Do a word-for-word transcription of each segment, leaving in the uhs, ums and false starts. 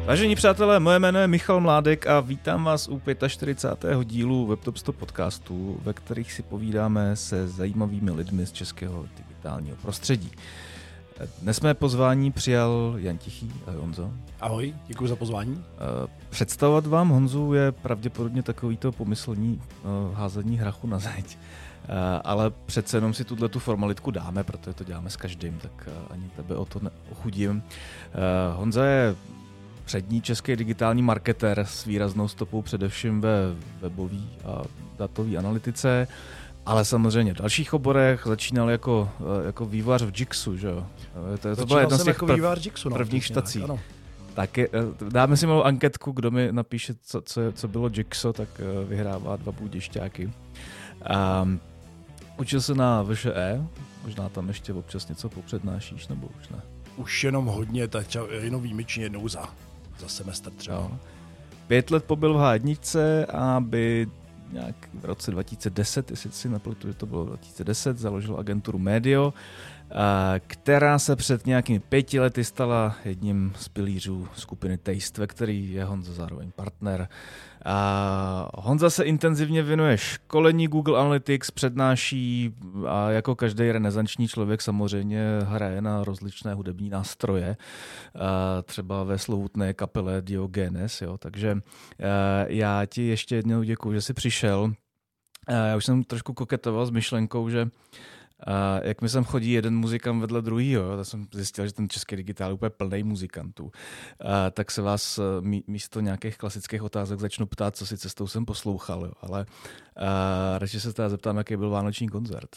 Vážení přátelé, moje jméno je Michal Mládek a vítám vás u čtyřicátého pátého dílu WebTop sto podcastů, ve kterých si povídáme se zajímavými lidmi z českého digitálního prostředí. Dnes jsme pozvání přijal Jan Tichý. Ahoj Honzo. Ahoj, děkuji za pozvání. Představovat vám Honzu je pravděpodobně takovýto pomyslný házení hrachu na zeď. Ale přece jenom si tuhle tu formalitku dáme, protože to děláme s každým, tak ani tebe o to neochudím. Honza je přední český digitální marketér s výraznou stopou především ve webové a datové analytice, ale samozřejmě v dalších oborech. Začínal jako, jako vývojář v Jixu, že jo? To, to byla jedna z těch jako prv, Jixu, no, prvních štací. Tak, tak je, dáme si malou anketku, kdo mi napíše, co, co, co bylo Jixo, tak vyhrává dva budišťáky. Um, učil se na V Š E, možná tam ještě občas něco popřednášíš, nebo už ne? Už jenom hodně, tak jenom výjimečně jednou za, za semestr třeba. Jo. Pět let pobyl v H jedna, aby nějak v roce dva tisíce deset, jestli si nepletu, že to bylo dva tisíce deset, založil agenturu Medio, která se před nějakými pěti lety stala jedním z pilířů skupiny Taste, ve který je Honza zároveň partner. A Honza se intenzivně věnuje školení Google Analytics, přednáší a jako každý renesanční člověk samozřejmě hraje na rozličné hudební nástroje, třeba ve slovutné kapele Diogenes. Jo. Takže já ti ještě jednou děkuju, že jsi přišel. Já už jsem trošku koketoval s myšlenkou, že Uh, jak mi sem chodí jeden muzikant vedle druhýho, tak jsem zjistil, že ten český digitál je úplně plnej muzikantů. Uh, tak se vás mí, místo nějakých klasických otázek začnu ptát, co si cestou jsem poslouchal, jo. Ale uh, radši se teda zeptám, jaký byl vánoční koncert.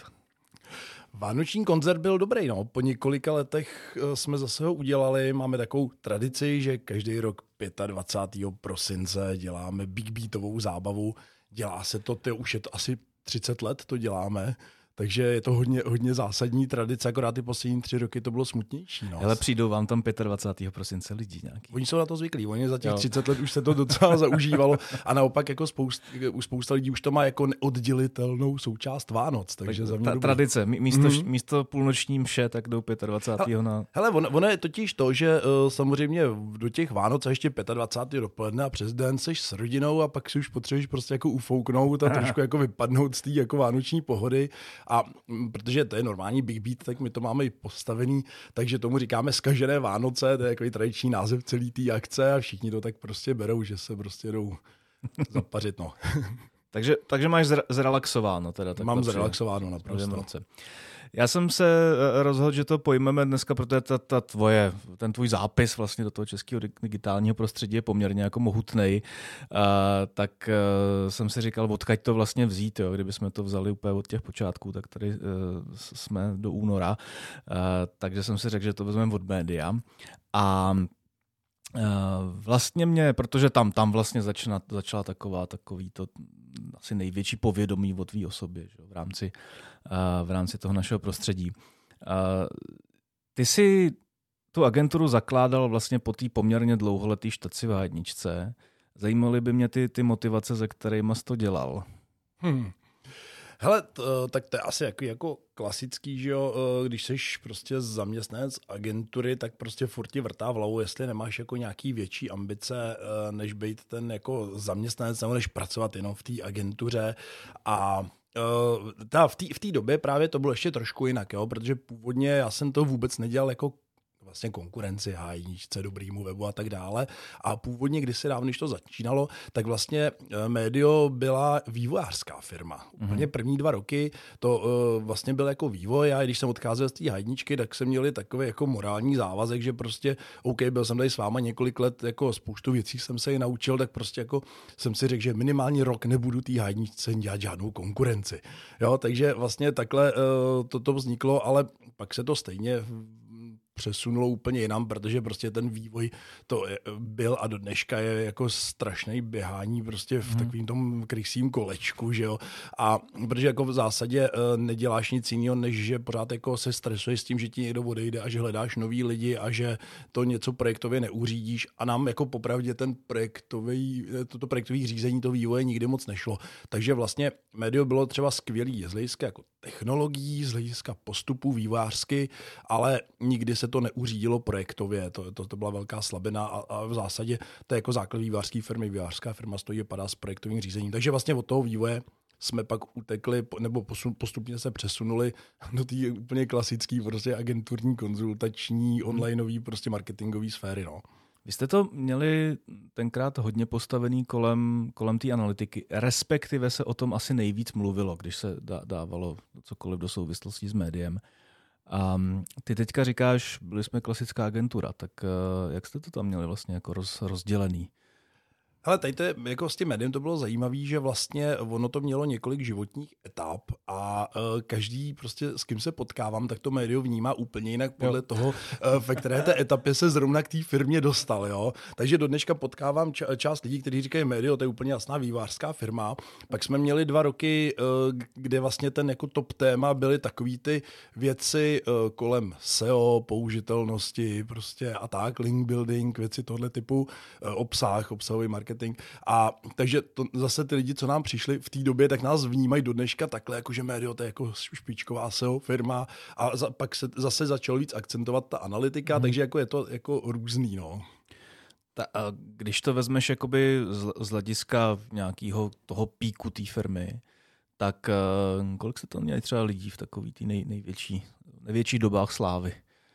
Vánoční koncert byl dobrý, no. Po několika letech jsme zase ho udělali. Máme takovou tradici, že každý rok dvacátého pátého prosince děláme big beatovou zábavu. Dělá se to, ty, už je to asi třicet let, to děláme. Takže je to hodně, hodně zásadní tradice, akorát ty poslední tři roky to bylo smutnější. No. Ale přijdou vám tam dvacátého pátého prosince lidi nějaký. Oni jsou na to zvyklí, oni za těch jo. třicet let už se to docela zaužívalo a naopak jako spousta, spousta lidí už to má jako neoddělitelnou součást Vánoc. Takže tak za mě ta tradice, místo, mm-hmm. místo půlnoční mše, tak jdou dvacátého pátého na... Hele, ono, ono je totiž to, že uh, samozřejmě do těch Vánoc a ještě dvacátého pátého dopoledne a přes den seš s rodinou a pak si už potřebuješ prostě jako ufouknout a trošku jako vypadnout z té jako vánoční pohody. A protože to je normální big beat, tak my to máme i postavený, takže tomu říkáme zkažené Vánoce, to je takový tradiční název celý té akce a všichni to tak prostě berou, že se prostě jdou zapařit, no. takže, takže máš zrelaxováno teda. Mám zrelaxováno naprosto. Já jsem se rozhodl, že to pojmeme dneska, protože ta, ta tvoje, ten tvůj zápis vlastně do toho českého digitálního prostředí je poměrně jako mohutnej, uh, tak uh, jsem si říkal, odkud to vlastně vzít, jo? Kdybychom to vzali úplně od těch počátků, tak tady uh, jsme do února, uh, takže jsem si řekl, že to vezmeme od média. A Uh, vlastně mě, protože tam, tam vlastně začala, začala taková, takový to asi největší povědomí o tvý osobě, že, v rámci, uh, v rámci toho našeho prostředí. Uh, ty jsi tu agenturu zakládal vlastně po té poměrně dlouholetý štaci v jedničce. Zajímaly by mě ty, ty motivace, ze kterými jsi to dělal. Hmm. Hele, t, tak to je asi jako, jako klasický, že jo, když jsi prostě zaměstnanec agentury, tak prostě furt ti vrtá v hlavu, jestli nemáš jako nějaký větší ambice, než být ten jako zaměstnanec, nebo než pracovat jenom v té agentuře. A ta, v té v té době právě to bylo ještě trošku jinak, jo, protože původně já jsem to vůbec nedělal jako vlastně konkurenci H jedna, dobrýmu webu a tak dále. A původně, když se dávno, když to začínalo, tak vlastně Medio byla vývojářská firma. Úplně první dva roky to uh, vlastně byl jako vývoj a když jsem odcházel z té H jedna, tak jsem měli takový jako morální závazek, že prostě OK, byl jsem tady s váma několik let, jako spoustu věcí jsem se i naučil, tak prostě jako jsem si řekl, že minimálně rok nebudu té H jedna dělat žádnou konkurenci. Jo, takže vlastně takhle uh, toto vzniklo, ale pak se to stejně přesunulo úplně jinam, protože prostě ten vývoj to byl a do dneška je jako strašný běhání prostě v takovým tom krysím kolečku, že jo. A protože jako v zásadě neděláš nic jiného, než že pořád jako se stresuješ s tím, že ti někdo odejde a že hledáš nový lidi a že to něco projektově neuřídíš a nám jako popravdě ten projektový, toto projektový řízení, to vývoje nikdy moc nešlo. Takže vlastně Medio bylo třeba skvělý z hlediska jako technologií, z hlediska postupů vývojářsky, ale nikdy se to neuřídilo projektově, to, to, to byla velká slabina a, a v zásadě to je jako základ vývojářské firmy. Vývojářská firma stojí a padá s projektovým řízením. Takže vlastně od toho vývoje jsme pak utekli, nebo postupně se přesunuli do té úplně klasické prostě agenturní, konzultační, onlineový, prostě marketingový sféry. No. Vy jste to měli tenkrát hodně postavený kolem, kolem té analytiky, respektive se o tom asi nejvíc mluvilo, když se dávalo cokoliv do souvislosti s médiem. A ty teďka říkáš, byli jsme klasická agentura, tak jak jste to tam měli vlastně jako roz, rozdělený? Ale tady to je, jako s tím médiem to bylo zajímavé, že vlastně ono to mělo několik životních etap a uh, každý prostě s kým se potkávám, tak to médium vnímá úplně jinak podle jo. toho, uh, ve které té etapě se zrovna k té firmě dostal. Jo? Takže do dneška potkávám ča- část lidí, kteří říkají médio, to je úplně jasná vývojářská firma. Pak jsme měli dva roky, uh, kde vlastně ten jako top téma byly takový ty věci uh, kolem S E O, použitelnosti prostě a tak, link building, věci tohle typu, uh, obsah, obsahový marketing. A takže to, zase ty lidi, co nám přišli v té době, tak nás vnímají do dneška takhle, jako že médio to je jako špičková S E O firma a za, pak se zase začalo víc akcentovat ta analytika, hmm. takže jako je to jako různý. No. Ta, a když to vezmeš jakoby z, z hlediska nějakého toho píku té firmy, tak uh, kolik se tam měli třeba lidí v takový té nej, největší, největší dobách slávy?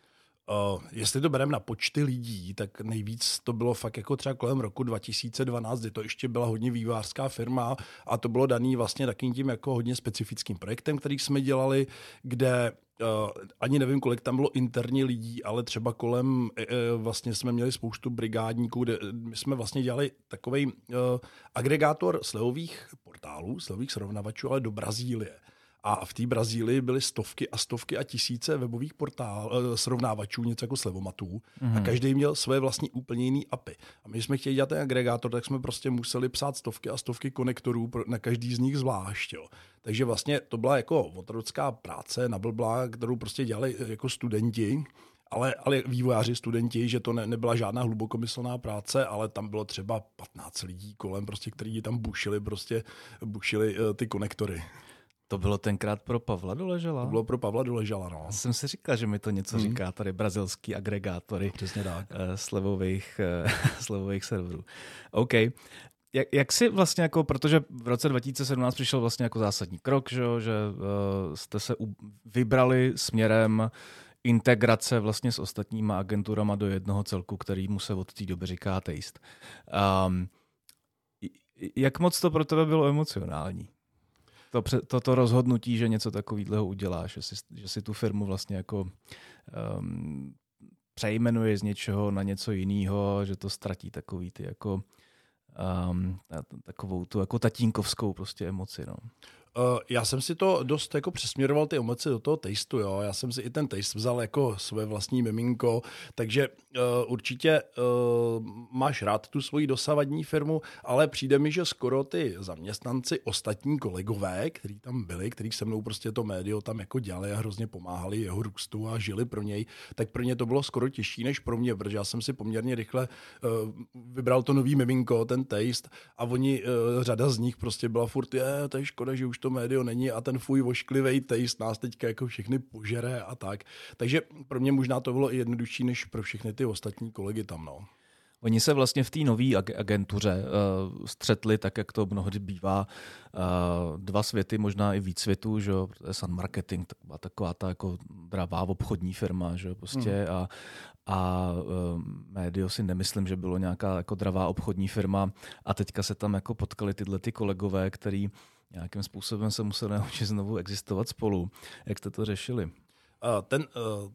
Uh, jestli to bereme na počty lidí, tak nejvíc to bylo fakt jako třeba kolem roku dva tisíce dvanáct, kdy to ještě byla hodně vývojářská firma a to bylo daný vlastně takým tím jako hodně specifickým projektem, který jsme dělali, kde uh, ani nevím, kolik tam bylo interní lidí, ale třeba kolem uh, vlastně jsme měli spoustu brigádníků, kde my jsme vlastně dělali takovej uh, agregátor slevových portálů, slevových srovnavačů, ale do Brazílie. A v té Brazílii byly stovky a stovky a tisíce webových portál, srovnávačů, něco jako slevomatů. Mm-hmm. A každý měl své vlastní úplně jiný apy. A my jsme chtěli dělat ten agregátor, tak jsme prostě museli psát stovky a stovky konektorů na každý z nich zvlášť. Jo. Takže vlastně to byla jako otrocká práce nablblá, kterou prostě dělali jako studenti. Ale, ale vývojáři, studenti, že to ne, nebyla žádná hlubokomyslná práce, ale tam bylo třeba patnáct lidí kolem, prostě, kteří tam bušili, prostě, bušili uh, ty konektory. To bylo tenkrát pro Pavla Doležala? To bylo pro Pavla Doležala, no. Já jsem si říkal, že mi to něco hmm. říká, tady brazilský agregátory Přesně tak. slevových, slevových serverů. OK. Jak, jak si vlastně jako, protože v roce dva tisíce sedmnáct přišel vlastně jako zásadní krok, že, že uh, jste se u, vybrali směrem integrace vlastně s ostatníma agenturama do jednoho celku, kterýmu se od té doby říká Taste. Um, jak moc to pro tebe bylo emocionální? To, to, to rozhodnutí, že něco takového uděláš, že si, že si tu firmu vlastně jako um, přejmenuješ z něčeho na něco jiného, že to ztratí takový ty jako um, takovou tu jako tatínkovskou prostě emoci, no. Uh, já jsem si to dost jako přesměroval ty emoce do toho Tasteu, jo. Já jsem si i ten Taste vzal jako své vlastní miminko, takže uh, určitě uh, máš rád tu svoji dosavadní firmu, ale přijde mi, že skoro ty zaměstnanci, ostatní kolegové, kteří tam byli, kteří se mnou prostě to médio tam jako dělali a hrozně pomáhali jeho růstu a žili pro něj, tak pro ně to bylo skoro těžší než pro mě, protože já jsem si poměrně rychle uh, vybral to nový miminko, ten Taste, a oni, uh, řada z nich prostě byla furt, je, to je škoda, že už to médio není a ten fuj vošklivej Taste nás teďka jako všechny požere a tak. Takže pro mě možná to bylo i jednodušší než pro všechny ty ostatní kolegy tam, no. Oni se vlastně v té nové agentuře uh, střetli, tak jak to mnohdy bývá, uh, dva světy, možná i víc světů, že jo, protože Sun Marketing taková, taková ta jako dravá obchodní firma, že jo, prostě mm. a, a uh, médio si nemyslím, že bylo nějaká jako dravá obchodní firma a teďka se tam jako potkali tyhle ty kolegové, který nějakým způsobem se museli naučit znovu existovat spolu. Jak jste to řešili? Uh, ten... Uh...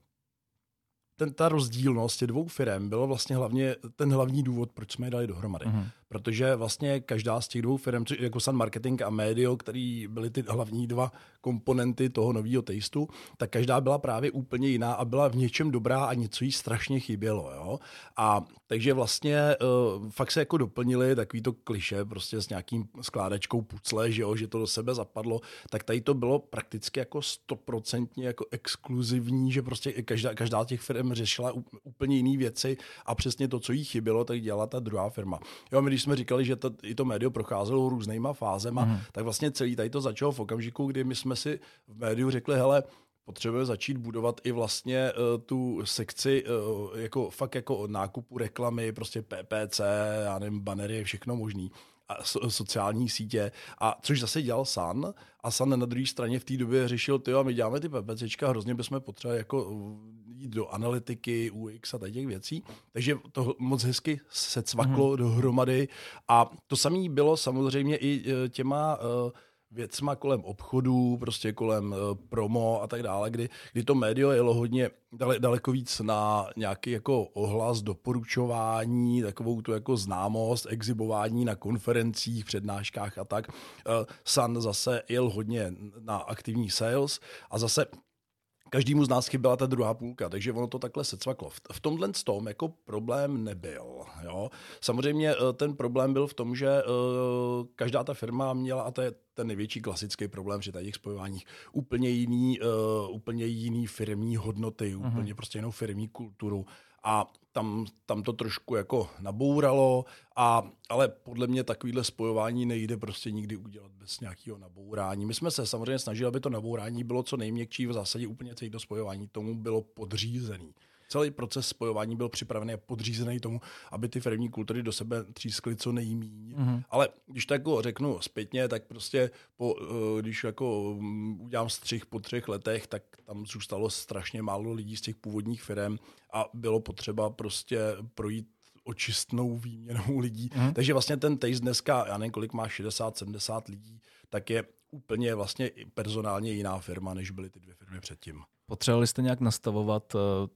Ten, ta rozdílnost těch dvou firem bylo vlastně hlavně ten hlavní důvod, proč jsme je dali dohromady. Uh-huh. Protože vlastně každá z těch dvou firm, jako Sun Marketing a Médio, který byly ty hlavní dva komponenty toho nového Tasteu, tak každá byla právě úplně jiná a byla v něčem dobrá a něco jí strašně chybělo. Jo? A takže vlastně uh, fakt se jako doplnili takový to kliše prostě s nějakým skládačkou pucle, že, jo? Že to do sebe zapadlo, tak tady to bylo prakticky jako stoprocentně jako exkluzivní, že prostě každá, každá těch firm řešila úplně jiné věci a přesně to, co jí chybělo, tak dělala ta druhá firma. Jo, my když jsme říkali, že to, i to médio procházelo různýma fázema, mm. tak vlastně celý tady to začalo v okamžiku, kdy my jsme si v médiu řekli, hele, potřebujeme začít budovat i vlastně uh, tu sekci uh, jako fakt jako nákupu reklamy, prostě P P C, já nevím, banery, všechno možný. So, sociální sítě, a což zase dělal Sun, a Sun na druhé straně v té době řešil, tyjo, a my děláme ty PPCčka, hrozně bychom potřebovali jako jít do analytiky, U X a tady těch věcí, takže to moc hezky se cvaklo mm-hmm. dohromady, a to samé bylo samozřejmě i těma uh, věcma kolem obchodů, prostě kolem uh, promo a tak dále, kdy, kdy to médio jelo hodně dale, daleko víc na nějaký jako ohlas, doporučování, takovou tu jako známost, exhibování na konferencích, přednáškách a tak. Uh, Sun zase jel hodně na aktivní sales a zase každému z nás chyběla ta druhá půlka, takže ono to takhle se cvaklo. V tomhle tom jako problém nebyl. Jo? Samozřejmě ten problém byl v tom, že uh, každá ta firma měla, a to je ten největší klasický problém při těch spojováních, úplně jiný, uh, úplně jiný firmní hodnoty, uh-huh. úplně prostě jinou firmní kulturu. A tam, tam to trošku jako nabouralo, a, ale podle mě takovýhle spojování nejde prostě nikdy udělat bez nějakého nabourání. My jsme se samozřejmě snažili, aby to nabourání bylo co nejměkčí, v zásadě úplně celé to spojování tomu bylo podřízený. Celý proces spojování byl připravený a podřízený tomu, aby ty firmní kultury do sebe třískly co nejmíň. Mm-hmm. Ale když to jako řeknu zpětně, tak prostě po, když jako udělám střih po třech letech, tak tam zůstalo strašně málo lidí z těch původních firem a bylo potřeba prostě projít očistnou výměnou lidí. Mm-hmm. Takže vlastně ten Taste dneska, já nevím, kolik má, šedesát sedmdesát lidí, tak je úplně vlastně personálně jiná firma, než byly ty dvě firmy předtím. Potřebovali jste nějak nastavovat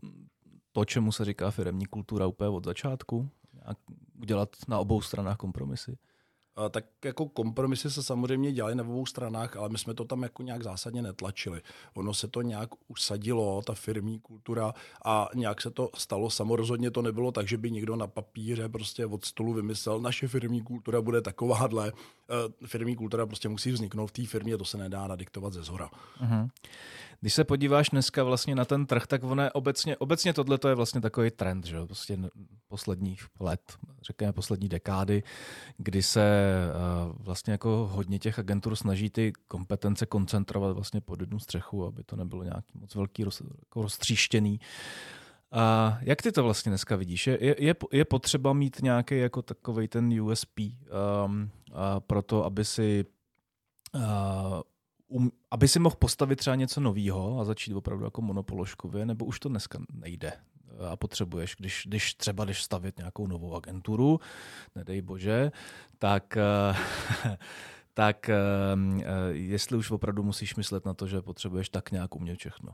to, čemu se říká firemní kultura, úplně od začátku? Nějak udělat na obou stranách kompromisy? A tak jako kompromisy se samozřejmě dělaly na obou stranách, ale my jsme to tam jako nějak zásadně netlačili. Ono se to nějak usadilo, ta firmní kultura, a nějak se to stalo. Samozřejmě to nebylo tak, že by někdo na papíře prostě od stolu vymyslel, naše firmní kultura bude takováhle. Firmní kultura prostě musí vzniknout v té firmě, to se nedá nadiktovat ze zhora. Uh-huh. Když se podíváš dneska vlastně na ten trh, tak ono je obecně, obecně tohle je vlastně takový trend, že prostě posledních let, řekněme poslední dekády, kdy se uh, vlastně jako hodně těch agentur snaží ty kompetence koncentrovat vlastně pod jednu střechu, aby to nebylo nějaký moc velký roz, jako roztříštěný. A jak ty to vlastně dneska vidíš? Je, je, je potřeba mít nějaký jako takovej ten U S P um, pro to, aby si uh, um, aby si mohl postavit třeba něco novýho a začít opravdu jako monopoložkově, nebo už to dneska nejde a potřebuješ, když, když třeba jdeš stavět nějakou novou agenturu, nedej bože, tak, tak jestli už opravdu musíš myslet na to, že potřebuješ tak nějak umět všechno.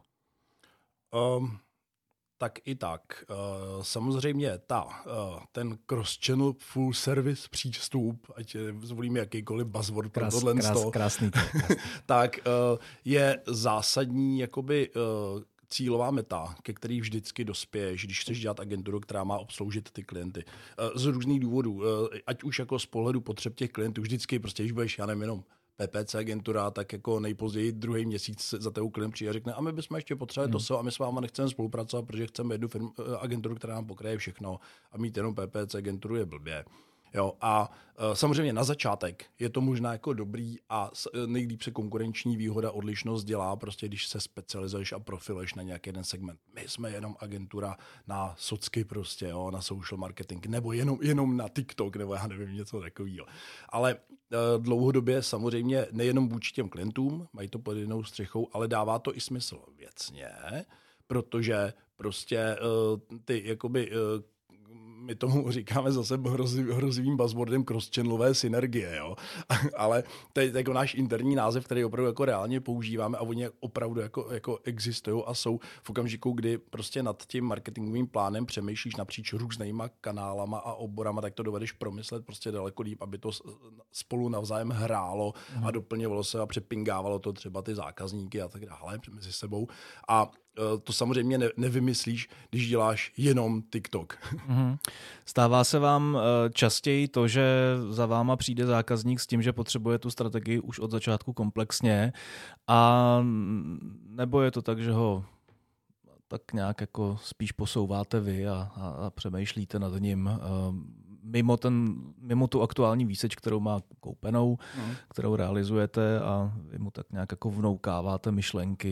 Um. Tak i tak. Uh, samozřejmě ta, uh, ten cross-channel full service přístup, ať zvolíme jakýkoliv buzzword pro tohle krás, krás, krásný. tak uh, je zásadní jakoby uh, cílová meta, ke který vždycky dospěješ, když chceš dělat agenturu, která má obsloužit ty klienty. Uh, z různých důvodů. Uh, ať už jako z pohledu potřeb těch klientů, vždycky prostě, když budeš, já nevím, jenom P P C agentura, tak jako nejpozději druhý měsíc za tebou klient přijde a řekne, a my bychom ještě potřebovali hmm. to se, a my s váma nechceme spolupracovat, protože chceme jednu firmu, agenturu, která nám pokryje všechno, a mít jenom P P C agenturu je blbě. Jo, a uh, samozřejmě na začátek je to možná jako dobrý, a nejlíp se konkurenční výhoda, odlišnost dělá prostě, když se specializuješ a profiluješ na nějaký jeden segment. My jsme jenom agentura na socky prostě, jo, na social marketing, nebo jenom, jenom na TikTok, nebo já nevím, něco takového. Ale uh, dlouhodobě samozřejmě nejenom vůči těm klientům, mají to pod jednou střechou, ale dává to i smysl věcně, protože prostě uh, ty jakoby uh, my tomu říkáme zase hrozivým, hrozivým buzzwordem cross-channelové synergie, jo. Ale to je jako náš interní název, který opravdu jako reálně používáme, a oni opravdu jako, jako existují a jsou v okamžiku, kdy prostě nad tím marketingovým plánem přemýšlíš napříč různýma kanálama a oborama, tak to dovedeš promyslet prostě daleko líp, aby to spolu navzájem hrálo mm. a doplňovalo se a přepingávalo to třeba ty zákazníky a tak dále mezi sebou. A to samozřejmě ne, nevymyslíš, když děláš jenom TikTok. Mm-hmm. Stává se vám častěji to, že za váma přijde zákazník s tím, že potřebuje tu strategii už od začátku komplexně, a nebo je to tak, že ho tak nějak jako spíš posouváte vy a, a, a přemýšlíte nad ním mimo, ten, mimo tu aktuální výseč, kterou má koupenou, mm. kterou realizujete, a vy mu tak nějak jako vnoukáváte myšlenky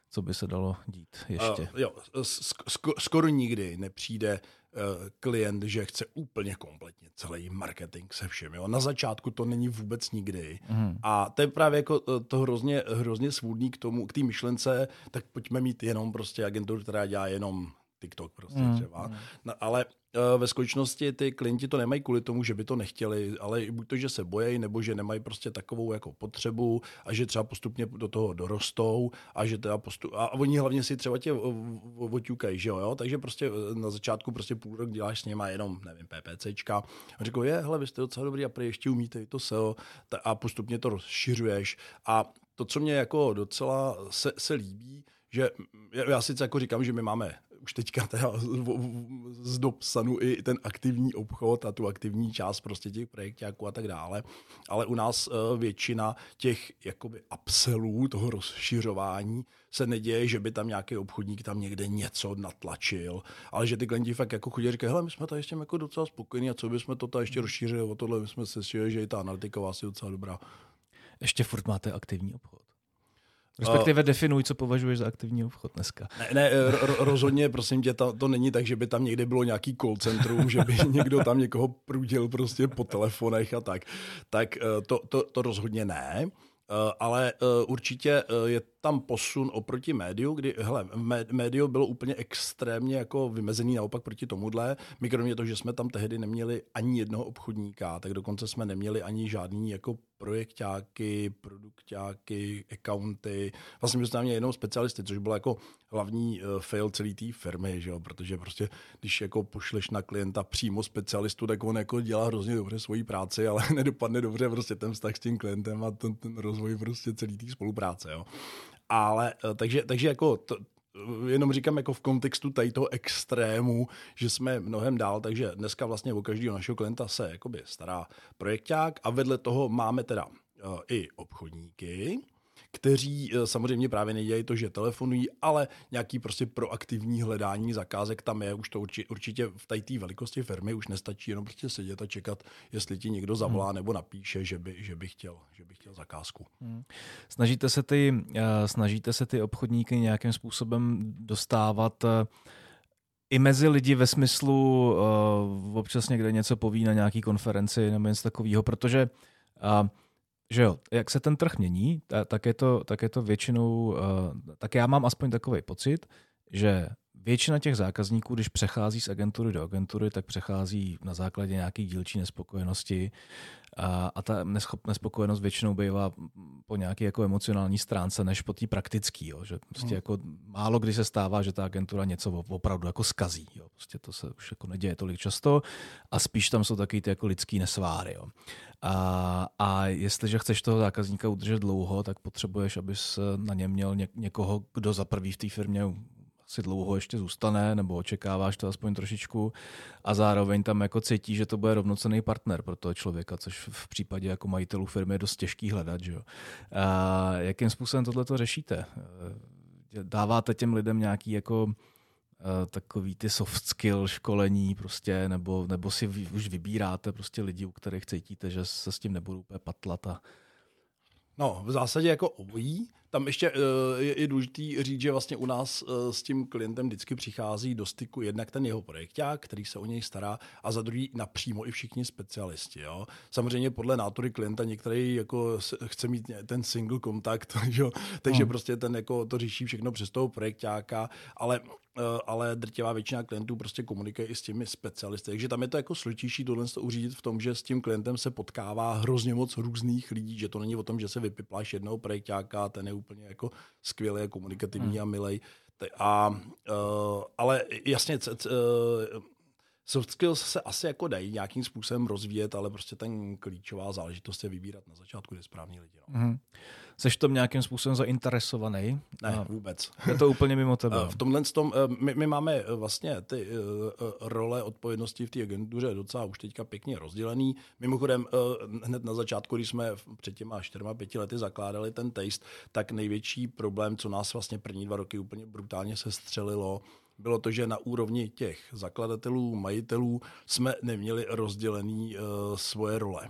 co by se dalo dít ještě? Uh, jo, sk- skoro nikdy nepřijde uh, klient, že chce úplně kompletně celý marketing se všem. Jo? Na začátku to není vůbec nikdy. Mm. A to je právě jako to hrozně, hrozně svůdný k tomu, k té myšlence, tak pojďme mít jenom prostě agenturu, která dělá jenom TikTok prostě mm. třeba. Mm. No, ale uh, ve skutečnosti ty klienti to nemají kvůli tomu, že by to nechtěli, ale buď to, že se bojejí, nebo že nemají prostě takovou jako potřebu a že třeba postupně do toho dorostou a že teda postup... A oni hlavně si třeba tě oťukají, že jo? Takže prostě na začátku prostě půl rok děláš s něma jenom, nevím, PPCčka. A řekl, je, hele, vy jste docela dobrý a prý ještě umíte i to S E O a postupně to rozšiřuješ. A to, co mě jako docela se, se líbí, že já sice jako říkám, že my máme už teďka teda z dob Sanu i ten aktivní obchod a tu aktivní část prostě těch projektáků a tak dále, ale u nás většina těch jakoby upsellů, toho rozšiřování se neděje, že by tam nějaký obchodník tam někde něco natlačil, ale že ty klienti fakt jako chodí a říkají, hele, my jsme tady ještě jako docela spokojení a co bychom to tady ještě rozšířili o tohle, my jsme se slyšeli, že i ta analytika vás je docela dobrá. Ještě furt máte aktivní obchod. Respektive definuj, co považuješ za aktivní obchod dneska. Ne, ne ro- rozhodně, prosím tě, to, to není tak, že by tam někde bylo nějaký call centrum, že by někdo tam někoho prudil prostě po telefonech a tak. Tak to, to, to rozhodně ne. Ale určitě je tam posun oproti médiu, kdy, hele, médio bylo úplně extrémně jako vymezený naopak proti tomuhle. My kromě toho, že jsme tam tehdy neměli ani jednoho obchodníka, tak dokonce jsme neměli ani žádný jako projekťáky, produkťáky, accounty. Vlastně my jsme tam měli jenom specialisty, což bylo jako hlavní fail celé té firmy, že jo? Protože prostě, když jako pošleš na klienta přímo specialistu, tak on jako dělá hrozně dobře svoji práci, ale nedopadne dobře prostě ten vztah s tím klientem a ten, ten rozvoj prostě celý té spolupráce, jo. Ale takže, takže jako to, jenom říkám jako v kontextu tady toho extrému, že jsme mnohem dál, takže dneska vlastně o každého našeho klienta se jakoby stará projekťák a vedle toho máme teda uh, i obchodníky, kteří uh, samozřejmě právě nedělají to, že telefonují, ale nějaký prostě proaktivní hledání zakázek tam je, už to urči, určitě v té velikosti firmy už nestačí jenom prostě sedět a čekat, jestli ti někdo zavolá hmm. nebo napíše, že by, že by chtěl, že by chtěl zakázku. Hmm. Snažíte se ty, uh, snažíte se ty obchodníky nějakým způsobem dostávat uh, i mezi lidi ve smyslu uh, občas někde něco poví na nějaký konferenci nebo něco takového, protože uh, že jo, jak se ten trh mění, tak je to, tak je to většinou, tak já mám aspoň takový pocit, že většina těch zákazníků, když přechází z agentury do agentury, tak přechází na základě nějaké dílčí nespokojenosti a, a ta nespokojenost většinou bývá po nějaké jako emocionální stránce, než po té praktické. Jo. Že prostě hmm. jako málo kdy se stává, že ta agentura něco opravdu jako skazí. Jo. Prostě to se už jako neděje tolik často a spíš tam jsou taky ty jako lidský nesváry. Jo. A, a jestliže chceš toho zákazníka udržet dlouho, tak potřebuješ, abys na něm měl ně, někoho, kdo za prvý v té firmě si dlouho ještě zůstane, nebo očekáváš to aspoň trošičku a zároveň tam jako cítí, že to bude rovnocenný partner pro toho člověka, což v případě jako majitelů firmy je dost těžký hledat. Že jo? A jakým způsobem tohleto řešíte? Dáváte těm lidem nějaký jako takový ty soft skill školení prostě, nebo, nebo si vy, už vybíráte prostě lidi, u kterých cítíte, že se s tím nebudou úplně patlat a No, v zásadě jako obojí. Tam ještě uh, je, je důležitý říct, že vlastně u nás uh, s tím klientem vždycky přichází do styku jednak ten jeho projekťák, který se o něj stará, a za druhý napřímo i všichni specialisti. Jo? Samozřejmě podle nátury klienta některý jako chce mít ten single kontakt, že? Takže hmm. prostě ten jako to řeší všechno přes toho projekťáka, ale ale drtivá většina klientů prostě komunikuje i s těmi specialisty. Takže tam je to jako složitější tohle to uřídit v tom, že s tím klientem se potkává hrozně moc různých lidí, že to není o tom, že se vypipláš jednoho projekťáka, ten je úplně jako skvělý, komunikativní hmm. a milej. A, uh, ale jasně, c- c- uh, soft skills se asi jako dají nějakým způsobem rozvíjet, ale prostě ten klíčová záležitost je vybírat na začátku ty správní lidi. No. Mm. Seš tom nějakým způsobem zainteresovaný? Ne, vůbec. Je to úplně mimo tebe. V tomhle tom, my, my máme vlastně ty role odpovědnosti v té agentuře docela už teďka pěkně rozdělený. Mimochodem, hned na začátku, když jsme před těma čtyřma, pěti lety zakládali ten Taste, tak největší problém, co nás vlastně první dva roky úplně brutálně sestřelilo, bylo to, že na úrovni těch zakladatelů, majitelů jsme neměli rozdělený uh, svoje role.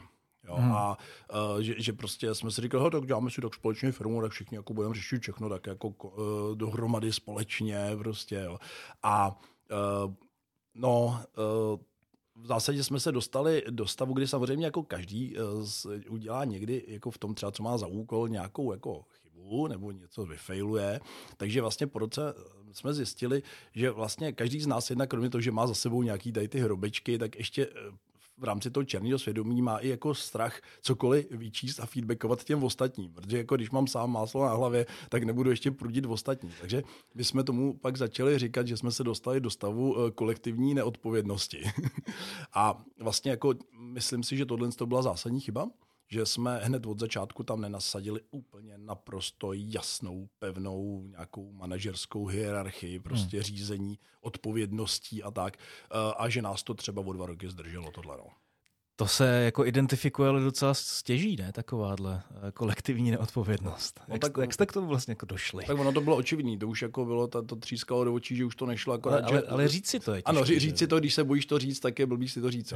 Jo? Hmm. A uh, že, že prostě jsme si říkali, tak děláme si tak společně firmu, tak všichni jako budeme řešit všechno tak jako uh, dohromady společně prostě. Jo? A uh, no... Uh, v zásadě jsme se dostali do stavu, kdy samozřejmě jako každý uh, udělá někdy jako v tom třeba, co má za úkol nějakou jako chybu nebo něco vyfailuje. Takže vlastně po roce jsme zjistili, že vlastně každý z nás jedna, kromě toho, že má za sebou nějaký tady ty hrobečky, tak ještě v rámci toho černého svědomí má i jako strach cokoliv vyčíst a feedbackovat těm ostatním. Protože jako když mám sám máslo na hlavě, tak nebudu ještě prudit v ostatní. Takže my jsme tomu pak začali říkat, že jsme se dostali do stavu kolektivní neodpovědnosti. A vlastně jako myslím si, že tohle to byla zásadní chyba, že jsme hned od začátku tam nenasadili úplně naprosto jasnou, pevnou nějakou manažerskou hierarchii, prostě hmm. řízení, odpovědností a tak. A že nás to třeba o dva roky zdrželo tohle. No. To se jako identifikuje ale docela stěží, ne? Takováhle kolektivní neodpovědnost. No, jak, tak, jak jste k tomu vlastně jako došli? Tak ono to bylo očividný, to už jako bylo, to, to třískalo do očí, že už to nešlo. Akorát, ale, ale, že, ale říct si to je těžký, ano, říct si to, když se bojíš to říct, tak je blbý si to říct.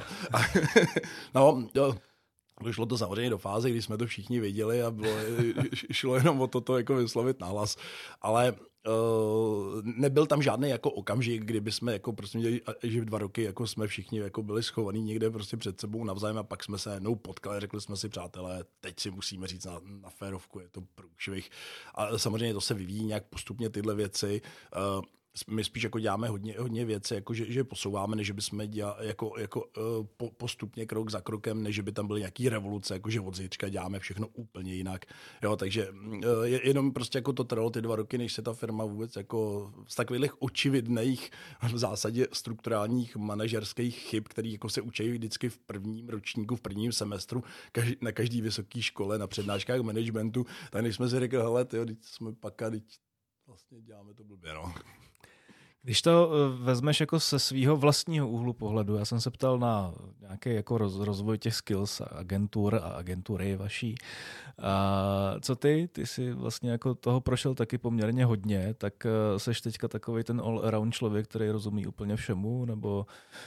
No, no. Došlo to samozřejmě do fáze, kdy jsme to všichni věděli a bylo, šlo jenom o toto jako vyslovit nahlas. Ale uh, nebyl tam žádný jako okamžik, kdyby jsme jako prostě měli, že v dva roky jako jsme všichni jako byli schovaní někde prostě před sebou navzájem a pak jsme se jednou potkali, řekli jsme si, přátelé, teď si musíme říct na, na férovku, je to průšvih. A samozřejmě to se vyvíjí nějak postupně tyhle věci. Uh, My spíš jako děláme hodně, hodně věci, jako že, že posouváme, než by jsme dělali jako, jako uh, po, postupně krok za krokem, než by tam byly nějaký revoluce, jako že od zítřka děláme všechno úplně jinak. Jo, takže uh, jenom prostě jako to trvalo ty dva roky, než se ta firma vůbec jako z takových očividných v zásadě strukturálních manažerských chyb, které jako se učí vždycky v prvním ročníku, v prvním semestru, každý, na každý vysoké škole, na přednáškách managementu, tak než jsme si řekli, hele, tyjo, teď jsme pak a teď vlastně děláme to blbě, no. Když to vezmeš jako se svýho vlastního úhlu pohledu, já jsem se ptal na nějaký jako roz, rozvoj těch skills agentur a agentury vaší. A co ty? Ty jsi vlastně jako toho prošel taky poměrně hodně, tak seš teďka takovej ten all-around člověk, který rozumí úplně všemu, nebo,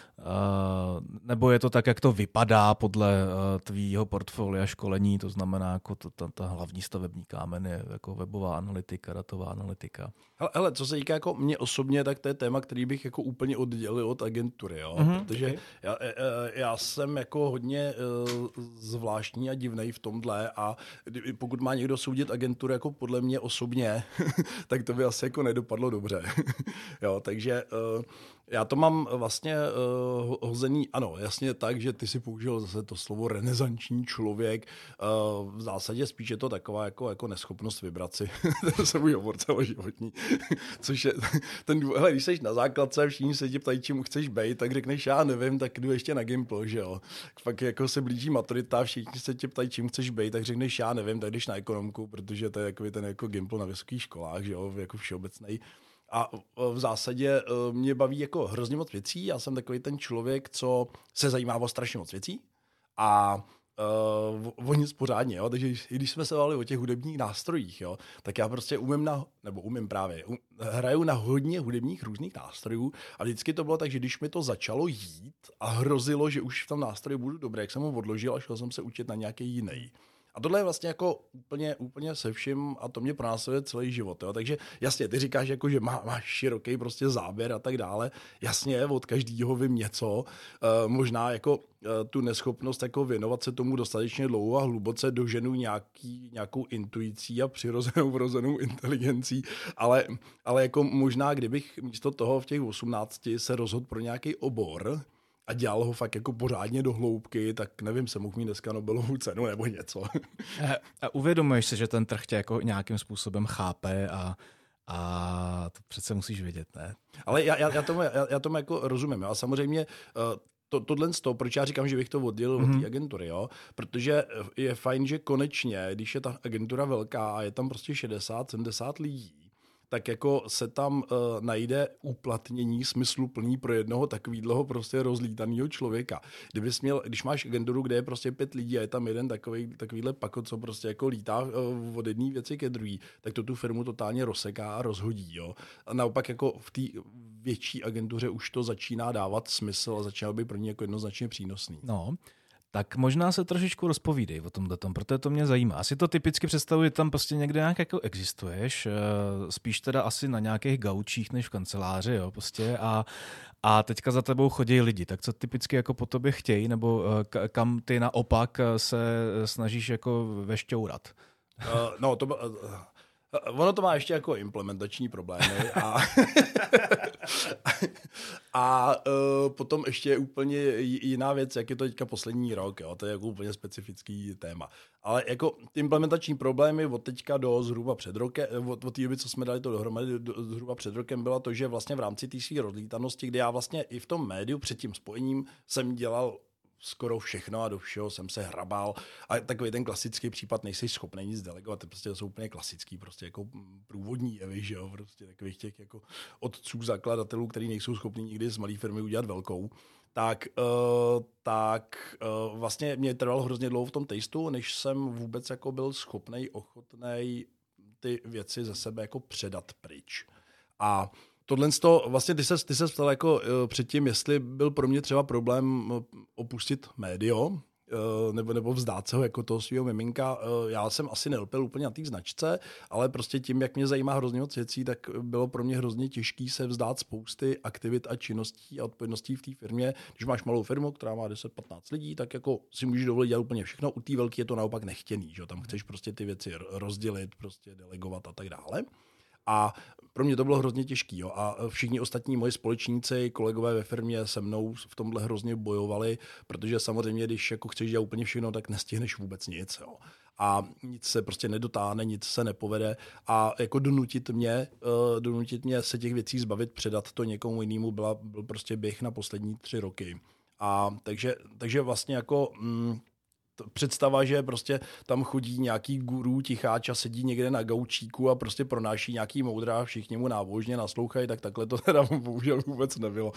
a, nebo je to tak, jak to vypadá podle tvýho portfolia školení, to znamená, jako to, ta, ta hlavní stavební kámen je jako webová analytika, datová analytika. Hele, hele, co se týká jako mě osobně, tak to je téma, který bych jako úplně oddělil od agentury, jo? Mm-hmm, protože okay. já, já jsem jako hodně uh, zvláštní a divnej v tomhle a pokud má někdo soudit agenturu jako podle mě osobně, tak to by asi jako nedopadlo dobře. Jo, takže uh, já to mám vlastně uh, hozený, ano, jasně tak, že ty si použil zase to slovo renesanční člověk. Uh, v zásadě spíš je to taková jako, jako neschopnost vybrat si. To se můj hovor celoživotní. Což je ten důvod, hele, když jsi na základce, všichni se tě ptají, čím chceš být, tak řekneš, já nevím, tak jdu ještě na Gimple, že jo. Pak jako se blíží maturita, všichni se tě ptají, čím chceš být, tak řekneš, já nevím, tak jdeš na ekonomku, protože to je jako ten jako Gimple na vysokých školách, že jo, jako všeobecnej. A v zásadě mě baví jako hrozně moc věcí, já jsem takový ten člověk, co se zajímá o strašně moc věcí a Uh, o nic pořádně, jo? Takže i když jsme se bavili o těch hudebních nástrojích, jo, tak já prostě umím na, nebo umím právě, um, hraju na hodně hudebních různých nástrojů a vždycky to bylo tak, že když mi to začalo jít a hrozilo, že už v tom nástroji budu dobrý, jak jsem ho odložil a šel jsem se učit na nějaký jiný. A tohle je vlastně jako úplně, úplně se vším a to mě pronásleduje celý život. Jo? Takže jasně, ty říkáš, jako, že má, máš široký prostě záběr a tak dále. Jasně, od každého vím něco. E, možná jako e, tu neschopnost jako věnovat se tomu dostatečně dlouho a hluboce doženu nějaký, nějakou intuicí a přirozenou vrozenou inteligencí. Ale, ale jako možná, kdybych místo toho v těch osmnácti se rozhodl pro nějaký obor, a dělal ho fakt jako pořádně do hloubky, tak nevím, se mohl mít dneska Nobelovu cenu nebo něco. A uvědomuješ si, že ten trh tě jako nějakým způsobem chápe a, a to přece musíš vědět, ne? Ale já, já, já, tomu, já, já tomu jako rozumím. A samozřejmě to, tohle z toho, proč já říkám, že bych to oddělil mm-hmm. od té agentury, jo? Protože je fajn, že konečně, když je ta agentura velká a je tam prostě šedesát sedmdesát lidí, tak jako se tam uh, najde uplatnění smysluplný pro jednoho takovýhleho prostě rozlítaného člověka. Kdybys měl, když máš agenturu, kde je prostě pět lidí a je tam jeden takový, takovýhle pako, co prostě jako lítá uh, od jedné věci ke druhé, tak to tu firmu totálně rozseká a rozhodí. Jo? A naopak jako v té větší agentuře už to začíná dávat smysl a začíná být pro ně jako jednoznačně přínosný. No, tak možná se trošičku rozpovídej o tomhle tom, protože to mě zajímá. Asi to typicky představuje, tam prostě někde nějak jako existuješ, spíš teda asi na nějakých gaučích než v kanceláři, jo, prostě a, a teďka za tebou chodí lidi, tak co typicky jako po tobě chtějí, nebo kam ty naopak se snažíš jako vešťourat? Uh, no, to uh, ono to má ještě jako implementační problémy a, a uh, potom ještě úplně jiná věc, jak je to teďka poslední rok, jo, to je jako úplně specifický téma. Ale jako implementační problémy od teďka do zhruba před rokem, od, od té doby, co jsme dali to dohromady, do, zhruba před rokem, bylo to, že vlastně v rámci té své rozlítanosti, kdy já vlastně i v tom médiu před tím spojením jsem dělal skoro všechno a do všeho jsem se hrabal. A takový ten klasický případ, nejsi schopný nic delegovat, to prostě jsou úplně klasický, prostě jako průvodní jevy, že jo, prostě takových těch jako otců zakladatelů, kteří nejsou schopni nikdy z malé firmy udělat velkou. Tak, uh, tak uh, vlastně mě trvalo hrozně dlouho v tom tejstu, než jsem vůbec jako byl schopnej, ochotnej ty věci ze sebe jako předat pryč. A tohle to, vlastně ty se, ty se ptal jako uh, předtím, jestli byl pro mě třeba problém uh, opustit médio, uh, nebo, nebo vzdát se ho jako toho svého miminka. Uh, já jsem asi nelpil úplně na té značce, ale prostě tím, jak mě zajímá hrozně moc věcí, tak bylo pro mě hrozně těžký se vzdát spousty aktivit a činností a odpovědností v té firmě. Když máš malou firmu, která má deset patnáct lidí, tak jako si můžeš dovolit dělat úplně všechno. U té velké je to naopak nechtěný, že? Tam chceš prostě ty věci rozdělit, prostě delegovat a tak dále. A pro mě to bylo hrozně těžký. Jo. A všichni ostatní moji společníci, kolegové ve firmě se mnou v tomhle hrozně bojovali, protože samozřejmě, když jako chceš dělat úplně všechno, tak nestihneš vůbec nic. Jo. A nic se prostě nedotáhne, nic se nepovede. A jako donutit mě, uh, donutit mě se těch věcí zbavit, předat to někomu jinému, byla, byl prostě běh na poslední tři roky. A takže, takže vlastně jako... Mm, představa, že prostě tam chodí nějaký guru, ticháč a sedí někde na gaučíku a prostě pronáší nějaký moudra, všichni mu nábožně naslouchají, tak takhle to teda bohužel vůbec nebylo.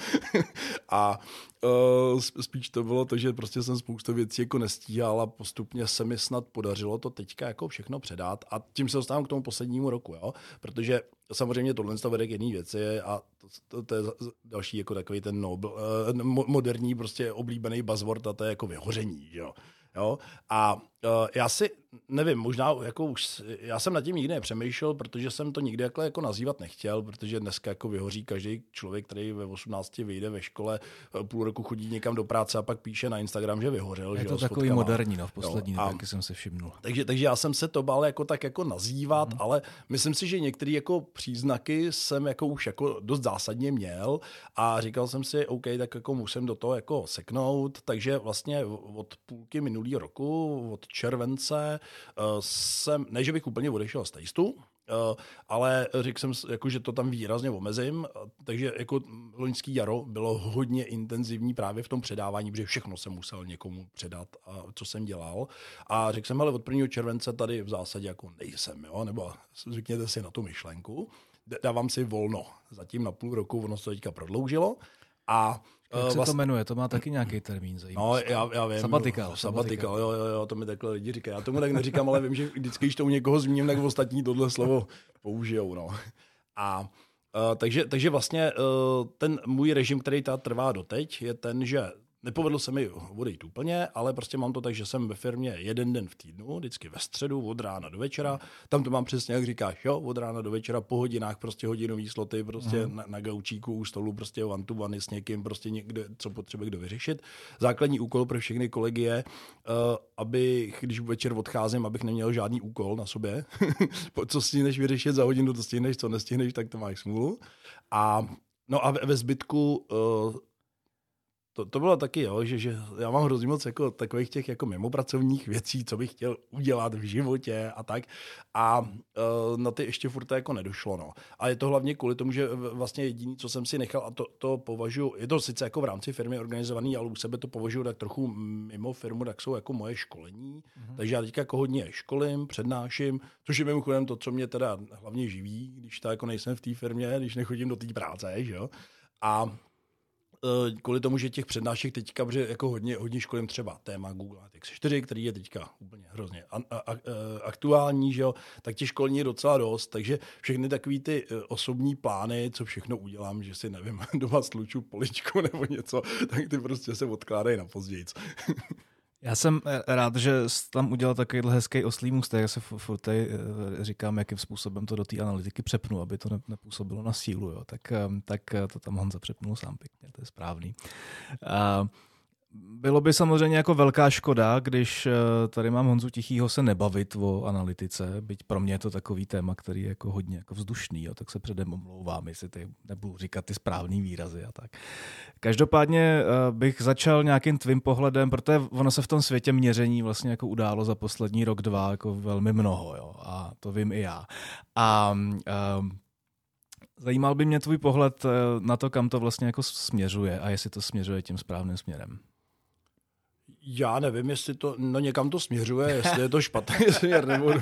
A uh, spíš to bylo to, že prostě jsem spoustu věcí jako nestíhal a postupně se mi snad podařilo to teďka jako všechno předat a tím se dostávám k tomu poslednímu roku, jo? Protože samozřejmě tohle to vede k jedné věci a to, to, to je další jako takový ten nobl, uh, moderní prostě oblíbený buzzword a to je jako vyhoření, jo. Jo? A uh, já si nevím, možná jako už, já jsem nad tím nikdy nepřemýšlel, protože jsem to nikdy jako, jako nazývat nechtěl, protože dneska jako vyhoří každý člověk, který ve osmnácti vyjde ve škole, půl roku chodí někam do práce a pak píše na Instagram, že vyhořel. Je že to jo, takový moderní, no, v poslední době, taky jsem se všimnul. Takže, takže já jsem se to bál jako tak jako nazývat, hmm. ale myslím si, že některé jako příznaky jsem jako už jako dost zásadně měl a říkal jsem si, OK, tak jako musím do toho jako seknout, takže vlastně od půlky minulého roku, od července, jsem, ne, že bych úplně odešel z tejstu, ale řekl jsem, jako, že to tam výrazně omezím, takže jako loňský jaro bylo hodně intenzivní právě v tom předávání, protože všechno jsem musel někomu předat, a co jsem dělal. A řekl jsem, ale od prvního července tady v zásadě jako nejsem, jo? Nebo řekněte si na tu myšlenku, dávám si volno. Zatím na půl roku, ono se to teďka prodloužilo. A jak se vlastně to jmenuje? To má taky nějaký termín zajímavý. No, já, já vím. Sabatikál. Sabatikál, jo, jo, jo, to mi takhle lidi říkají. Já tomu tak neříkám, ale vím, že vždycky, když to u někoho zmíním, tak ostatní tohle slovo použijou, no. A uh, takže, takže vlastně uh, ten můj režim, který ta trvá doteď, je ten, že nepovedlo se mi odejít úplně, ale prostě mám to tak, že jsem ve firmě jeden den v týdnu, vždycky ve středu, od rána do večera. Tam to mám přesně, jak říkáš, jo, od rána do večera, po hodinách, prostě hodinový sloty, prostě mm. na, na gaučíku, u stolu, prostě one to one s někým, prostě někde, co potřebuje kdo vyřešit. Základní úkol pro všechny kolegy je, uh, aby, když večer odcházím, abych neměl žádný úkol na sobě. Co stihneš vyřešit za hodinu, to stihneš, co nestihneš, tak to máš smůlu. A no a ve, ve zbytku uh, To, to bylo taky, jo, že, že já mám hrozně moc jako takových těch jako mimopracovních věcí, co bych chtěl udělat v životě a tak. A uh, na ty ještě furt to jako nedošlo. No. A je to hlavně kvůli tomu, že vlastně jediné, co jsem si nechal, a to, to považuji, je to sice jako v rámci firmy organizovaný, ale u sebe to považuji tak trochu mimo firmu, tak jsou jako moje školení. Mm-hmm. Takže já teď jako hodně školím, přednáším, což je mimochodem to, co mě teda hlavně živí, když tak jako nejsem v té firmě, když nechodím do té práce, že jo. A kvůli tomu, že těch přednášek teďka, protože jako hodně, hodně školím třeba téma Google Analytics čtyři, který je teďka úplně hrozně a, a, a, aktuální, že jo, tak těch školení je docela dost, takže všechny takový ty osobní plány, co všechno udělám, že si nevím, doma sluču poličku nebo něco, tak ty prostě se odkládají na později. Já jsem rád, že jsi tam udělal takovýhle hezký oslý můstek. Já se furt tady říkám, jakým způsobem to do té analytiky přepnu, aby to nepůsobilo na sílu. Jo. Tak, tak to tam Honza přepnul sám pěkně, to je správný. A bylo by samozřejmě jako velká škoda, když tady mám Honzu Tichýho se nebavit o analytice, byť pro mě je to takový téma, který je jako hodně jako vzdušný, jo, tak se předem omlouvám, jestli ty nebudu říkat ty správný výrazy a tak. Každopádně bych začal nějakým tvým pohledem, protože ono se v tom světě měření vlastně jako událo za poslední rok, dva jako velmi mnoho, jo, a to vím i já. A um, zajímal by mě tvůj pohled na to, kam to vlastně jako směřuje a jestli to směřuje tím správným směrem. Já nevím, jestli to, no někam to směřuje, jestli je to špatný směr, nebo... um,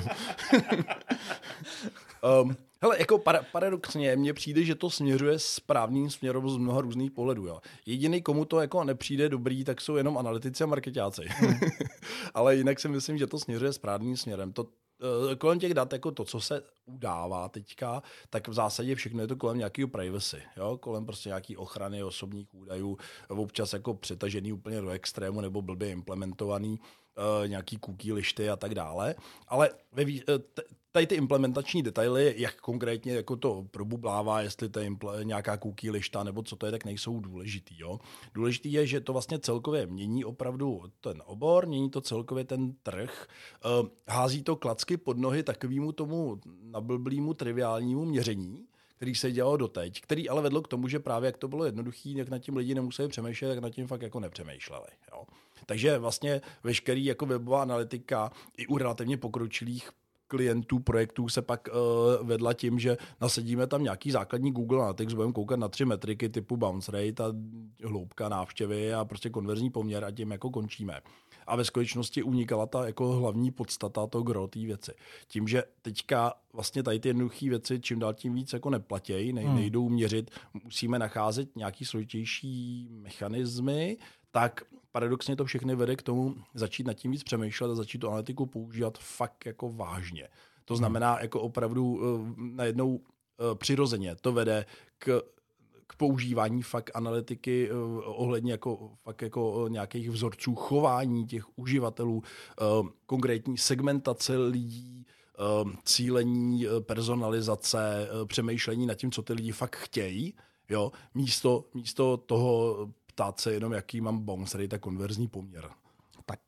hele, jako para, paradoxně, mně přijde, že to směřuje správným směrem z mnoha různých pohledů. Jo. Jediný, komu to jako nepřijde dobrý, tak jsou jenom analytici a marketáci. Hmm. Ale jinak si myslím, že to směřuje správným směrem. To kolem těch dat, jako to, co se udává teďka, tak v zásadě všechno je to kolem nějakého privacy, jo? Kolem prostě nějaký ochrany osobních údajů, občas jako přetažený úplně do extrému nebo blbě implementovaný, uh, nějaký cookie lišty a tak dále. Ale ve, t- tady ty implementační detaily, jak konkrétně jako to probublává, jestli to je impl- nějaká cookie lišta nebo co to je, tak nejsou důležitý. Jo? Důležitý je, že to vlastně celkově mění opravdu ten obor, mění to celkově ten trh, uh, hází to klacky pod nohy takovému tomu nablblýmu triviálnímu měření, který se dělalo doteď, který ale vedlo k tomu, že právě jak to bylo jednoduchý, jak nad tím lidi nemuseli přemýšlet, tak nad tím fakt jako nepřemýšleli. Jo? Takže vlastně veškerý jako webová analytika i u relativně pokročilých klientů, projektů se pak uh, vedla tím, že nasadíme tam nějaký základní Google Analytics, budeme koukat na tři metriky typu bounce rate a hloubka návštěvy a prostě konverzní poměr a tím jako končíme. A ve skutečnosti unikala ta jako hlavní podstata toho gro té věci. Tím, že teďka vlastně tady ty jednoduché věci čím dál tím víc jako neplatějí, nej, nejdou měřit, musíme nacházet nějaký složitější mechanismy, tak paradoxně to všechny vede k tomu začít nad tím víc přemýšlet a začít tu analytiku používat fakt jako vážně. To znamená jako opravdu najednou přirozeně to vede k k používání fakt analytiky uh, ohledně jako, fakt jako uh, nějakých vzorců chování těch uživatelů, uh, konkrétní segmentace lidí, uh, cílení, uh, personalizace, uh, přemýšlení nad tím, co ty lidi fakt chtějí, jo? Místo, místo toho ptát se jenom, jaký mám bounce rate a konverzní poměr. Tak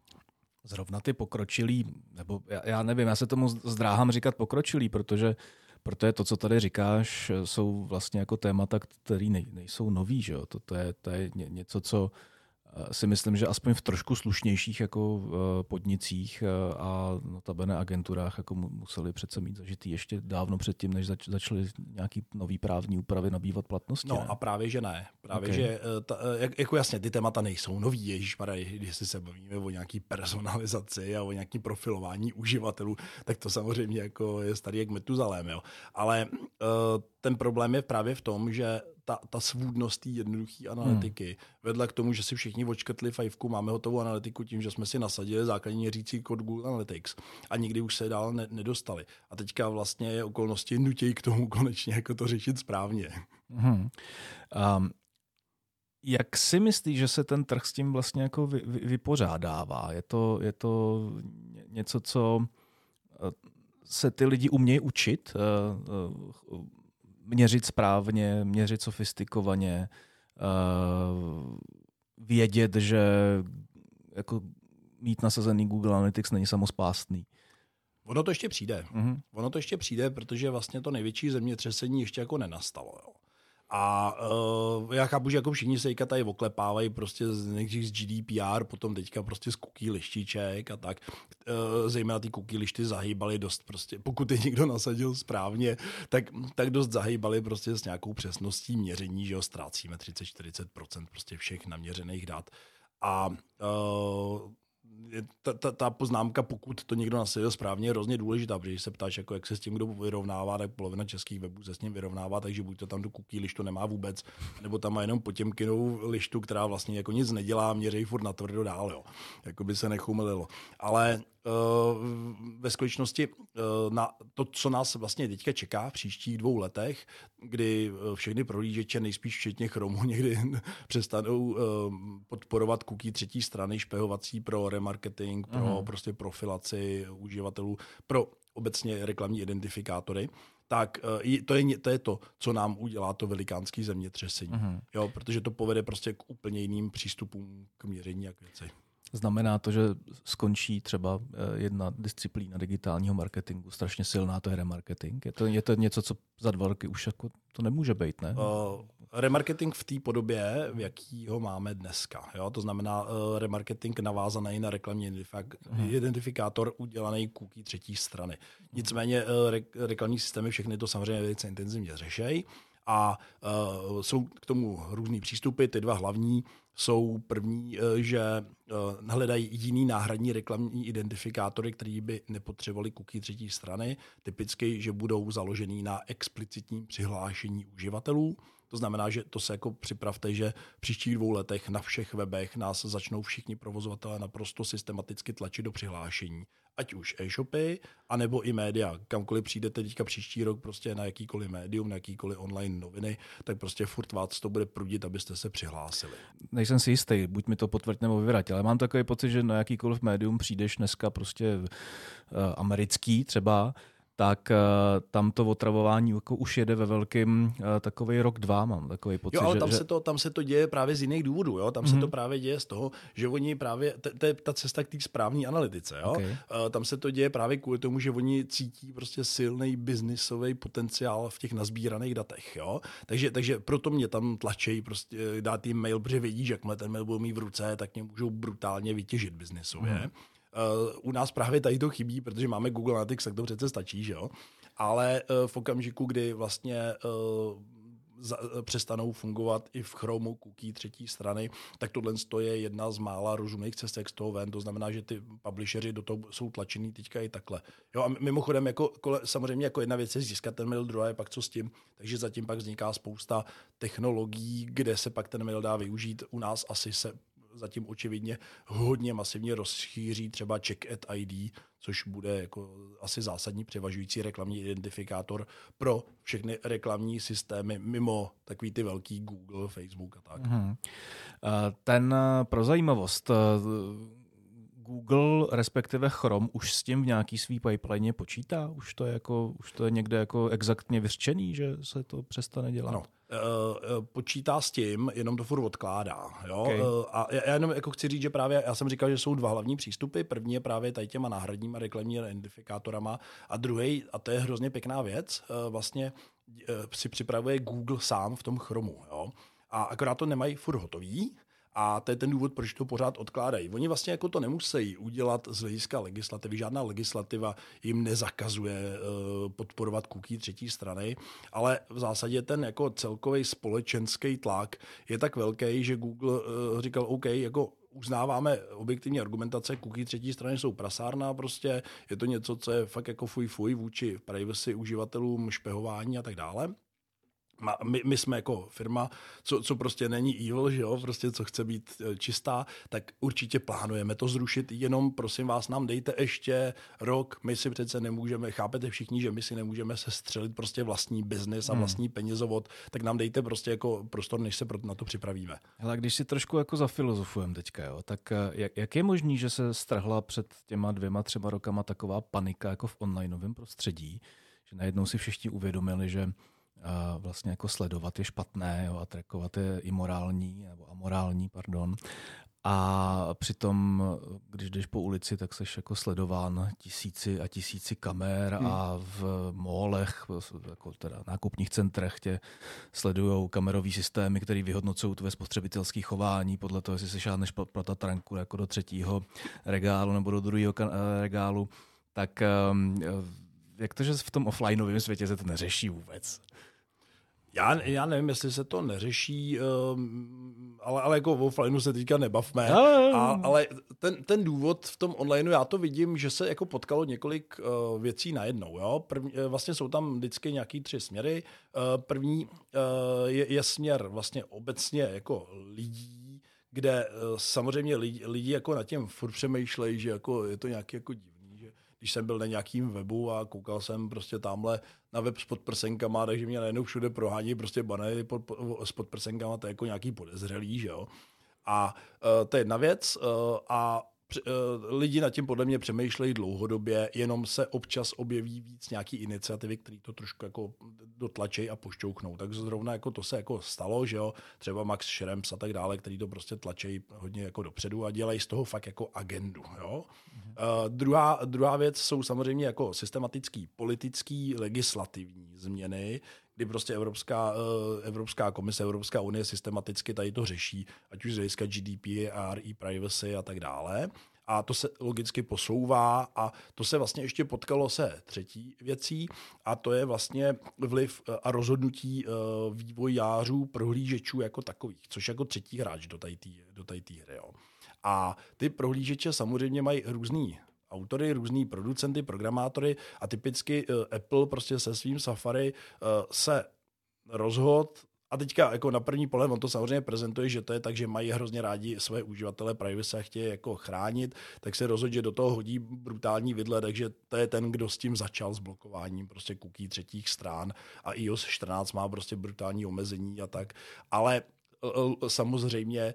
zrovna ty pokročilí, nebo já, já nevím, já se tomu zdráhám říkat pokročilí, protože Protože to, co tady říkáš, jsou vlastně jako témata, které nejsou nový. Že jo? To, to, je, to je něco, co si myslím, že aspoň v trošku slušnějších jako podnicích a notabene agenturách jako museli přece mít zažitý ještě dávno předtím, než zač, začaly nějaký nový právní úpravy nabývat platnosti. No ne? A právě, že ne. Právě, okay. že ta, jako jasně, ty témata nejsou nový, ježišmarja, jestli se bavíme o nějaký personalizaci a o nějaký profilování uživatelů, tak to samozřejmě jako je starý jak Metuzalém, jo. Ale uh, ten problém je právě v tom, že ta, ta svůdnost té jednoduché analytiky hmm. vedla k tomu, že si všichni odškrtli fajfku, máme hotovou analytiku tím, že jsme si nasadili základní měřící kód Google Analytics a nikdy už se dál ne, nedostali. A teďka vlastně je okolnosti nutějí k tomu konečně jako to řešit správně. Hmm. Um, jak si myslíš, že se ten trh s tím vlastně jako vy, vy, vypořádává? Je to, je to něco, co se ty lidi umějí učit? Uh, uh, měřit správně, měřit sofistikovaně, uh, vědět, že jako mít nasazený Google Analytics není samospásný. Ono to ještě přijde. Mm-hmm. Ono to ještě přijde, protože vlastně to největší zemětřesení ještě jako nenastalo. Jo. A uh, já chápu, že jako všichni se tady oklepávají prostě z, z G D P R, potom teďka prostě z cookie lištiček a tak. Uh, zejména ty cookie lišty zahýbaly dost prostě, pokud je někdo nasadil správně, tak, tak dost zahýbaly prostě s nějakou přesností měření, že jo, ztrácíme třicet až čtyřicet procent prostě všech naměřených dat. A uh, Ta, ta, ta poznámka, pokud to někdo nasadil správně, je hrozně důležitá, protože když se ptáš, jako jak se s tím kdo vyrovnává, tak polovina českých webů se s tím vyrovnává, takže buď to tam tu cookie lištu nemá vůbec, nebo tam má jenom Potěmkinovou lištu, která vlastně jako nic nedělá, měří furt natvrdo dál, jo. Jako by se nechumililo. Ale ve skutečnosti na to, co nás vlastně teďka čeká v příštích dvou letech, kdy všechny prohlížeče, nejspíš včetně Chromu, někdy přestanou podporovat cookie třetí strany špehovací pro remarketing, pro uh-huh. prostě profilaci uživatelů, pro obecně reklamní identifikátory, tak to je, to je to, co nám udělá to velikánský zemětřesení. Uh-huh. Jo, protože to povede prostě k úplně jiným přístupům k měření jak věci. Znamená to, že skončí třeba jedna disciplína digitálního marketingu, strašně silná, to je remarketing. Je to, je to něco, co za dva roky už jako to nemůže být, ne? Uh, remarketing v té podobě, v jaký ho máme dneska. Jo? To znamená uh, remarketing navázaný na reklamní identifik- hmm. identifikátor udělaný cookie třetí strany. Nicméně uh, re- reklamní systémy všechny to samozřejmě velice intenzivně řešejí a uh, jsou k tomu různý přístupy. Ty dva hlavní jsou první, že hledají jiný náhradní reklamní identifikátory, který by nepotřebovali cookie třetí strany. Typicky, že budou založený na explicitním přihlášení uživatelů. To znamená, že to se jako připravte, že v příštích dvou letech na všech webech nás začnou všichni provozovatelé naprosto systematicky tlačit do přihlášení. Ať už e-shopy, anebo i média. Kamkoliv přijdete teďka příští rok prostě na jakýkoliv médium, na jakýkoliv online noviny, tak prostě furt vás to bude prudit, abyste se přihlásili. Nejsem si jistý, buď mi to potvrď nebo vyvrať, ale mám takový pocit, že na jakýkoliv médium přijdeš dneska prostě uh, americký třeba, tak uh, tam to otravování jako už jede ve velkým uh, takovej rok, dva, mám takový pocit. Jo, ale že, tam, že... Se to, tam se to děje právě z jiných důvodů. Jo? Tam mm-hmm. se to právě děje z toho, že oni právě, to je ta cesta k té správné analytice. Jo? Okay. Uh, tam se to děje právě kvůli tomu, že oni cítí prostě silný biznisový potenciál v těch nazbíraných datech. Jo? Takže, takže proto mě tam tlačí prostě dát jim mail, protože vědí, že jakmile ten mail budou mít v ruce, tak mě můžou brutálně vytěžit biznisově. Mm-hmm. Uh, u nás právě tady to chybí, protože máme Google Analytics, tak to přece stačí, že jo? Ale uh, v okamžiku, kdy vlastně uh, za, uh, přestanou fungovat i v Chromu cookie třetí strany, tak tohle je jedna z mála rozumných cest, jak z toho ven. To znamená, že ty publisheři do toho jsou tlačený teďka i takhle. Jo, a mimochodem, jako, samozřejmě jako jedna věc je získat ten mail, druhá je pak co s tím. Takže zatím pak vzniká spousta technologií, kde se pak ten mail dá využít. U nás asi se zatím očividně hodně masivně rozšíří třeba Check at I D, což bude jako asi zásadní převažující reklamní identifikátor pro všechny reklamní systémy mimo takový ty velký Google, Facebook a tak. Hmm. Ten pro zajímavost, Google, respektive Chrome, už s tím v nějaký svý pipeline počítá? Už to je, jako, už to je někde jako exaktně vyřčený, že se to přestane dělat? Ano. Uh, počítá s tím, jenom to furt odkládá. Jo? Okay. Uh, a já jenom jako chci říct, že právě, já jsem říkal, že jsou dva hlavní přístupy. První je právě tady těma náhradníma reklamními identifikátorama a druhý, a to je hrozně pěkná věc, uh, vlastně uh, si připravuje Google sám v tom Chromu. Jo? A akorát to nemají furt hotový. A to je ten důvod, proč to pořád odkládají. Oni vlastně jako to nemusí udělat z hlediska legislativy. Žádná legislativa jim nezakazuje uh, podporovat cookie třetí strany, ale v zásadě ten jako celkový společenský tlak je tak velký, že Google uh, říkal, OK, jako uznáváme objektivní argumentace, cookie třetí strany jsou prasárna, prostě je to něco, co je fakt jako fuj fuj vůči privacy uživatelům, špehování a tak dále. My, my jsme jako firma, co, co prostě není evil, že jo, prostě co chce být čistá, tak určitě plánujeme to zrušit, jenom prosím vás, nám dejte ještě rok, my si přece nemůžeme, chápete všichni, že my si nemůžeme se střelit prostě vlastní biznis a vlastní hmm. penězovod, tak nám dejte prostě jako prostor, než se na to připravíme. Hele, když si trošku jako zafilozofujeme teďka, jo, tak jak, jak je možný, že se strhla před těma dvěma, třeba rokama taková panika jako v onlineovém prostředí, že najednou si všichni uvědomili, že a vlastně jako sledovat je špatné, jo, a trackovat je imorální nebo amorální, pardon. A přitom, když jdeš po ulici, tak seš jako sledován tisíci a tisíci kamer hmm. a v mólech, jako teda nákupních centrech tě sledujou kamerový systémy, které vyhodnocují tvoje spotřebitelské chování podle toho, jestli se šáhneš platat tranku jako do třetího regálu nebo do druhého regálu. Tak jak to, že v tom offlineovém světě se to neřeší vůbec? Já, já nevím, jestli se to neřeší, um, ale, ale jako v offlineu se teďka nebavme. A, ale ten, ten důvod v tom onlineu, já to vidím, že se jako potkalo několik uh, věcí najednou. Jo? První, vlastně jsou tam vždycky nějaký tři směry. Uh, první uh, je, je směr vlastně obecně jako lidí, kde uh, samozřejmě lidi, lidi jako nad tím furt přemýšlejí, že jako je to nějaký jako divný. když jsem byl na nějakým webu a koukal jsem prostě tamhle na web s podprsenkama, takže mě najednou všude prohání prostě banery pod, pod, s podprsenkama, to je jako nějaký podezřelý, že jo. A uh, to je jedna věc uh, a lidi nad tím podle mě přemýšlejí dlouhodobě, jenom se občas objeví víc nějaký iniciativy, které to trošku jako dotlačejí a pošťouchnou. Tak zrovna jako to se jako stalo, že jo, třeba Max Schrems a tak dále, který to prostě tlačejí hodně jako dopředu a dělají z toho fakt jako agendu, jo. Mhm. Uh, druhá, druhá věc jsou samozřejmě jako systematický, politický, legislativní změny, kdy prostě Evropská, uh, Evropská komise, Evropská unie systematicky tady to řeší, ať už z hlediska G D P R, e-privacy a tak dále. A to se logicky posouvá a to se vlastně ještě potkalo se třetí věcí a to je vlastně vliv a rozhodnutí uh, vývojářů, prohlížečů jako takových, což jako třetí hráč do tady té hry. Jo. A ty prohlížeče samozřejmě mají různý autory, různý producenty, programátory a typicky uh, Apple prostě se svým Safari uh, se rozhodl. A teďka jako na první pohled on to samozřejmě prezentuje, že to je tak, že mají hrozně rádi své uživatele privacy a chtějí jako chránit, tak se rozhodl, že do toho hodí brutální vidle, takže to je ten, kdo s tím začal s blokováním prostě cookie třetích stran a i O S čtrnáct má prostě brutální omezení a tak. Ale samozřejmě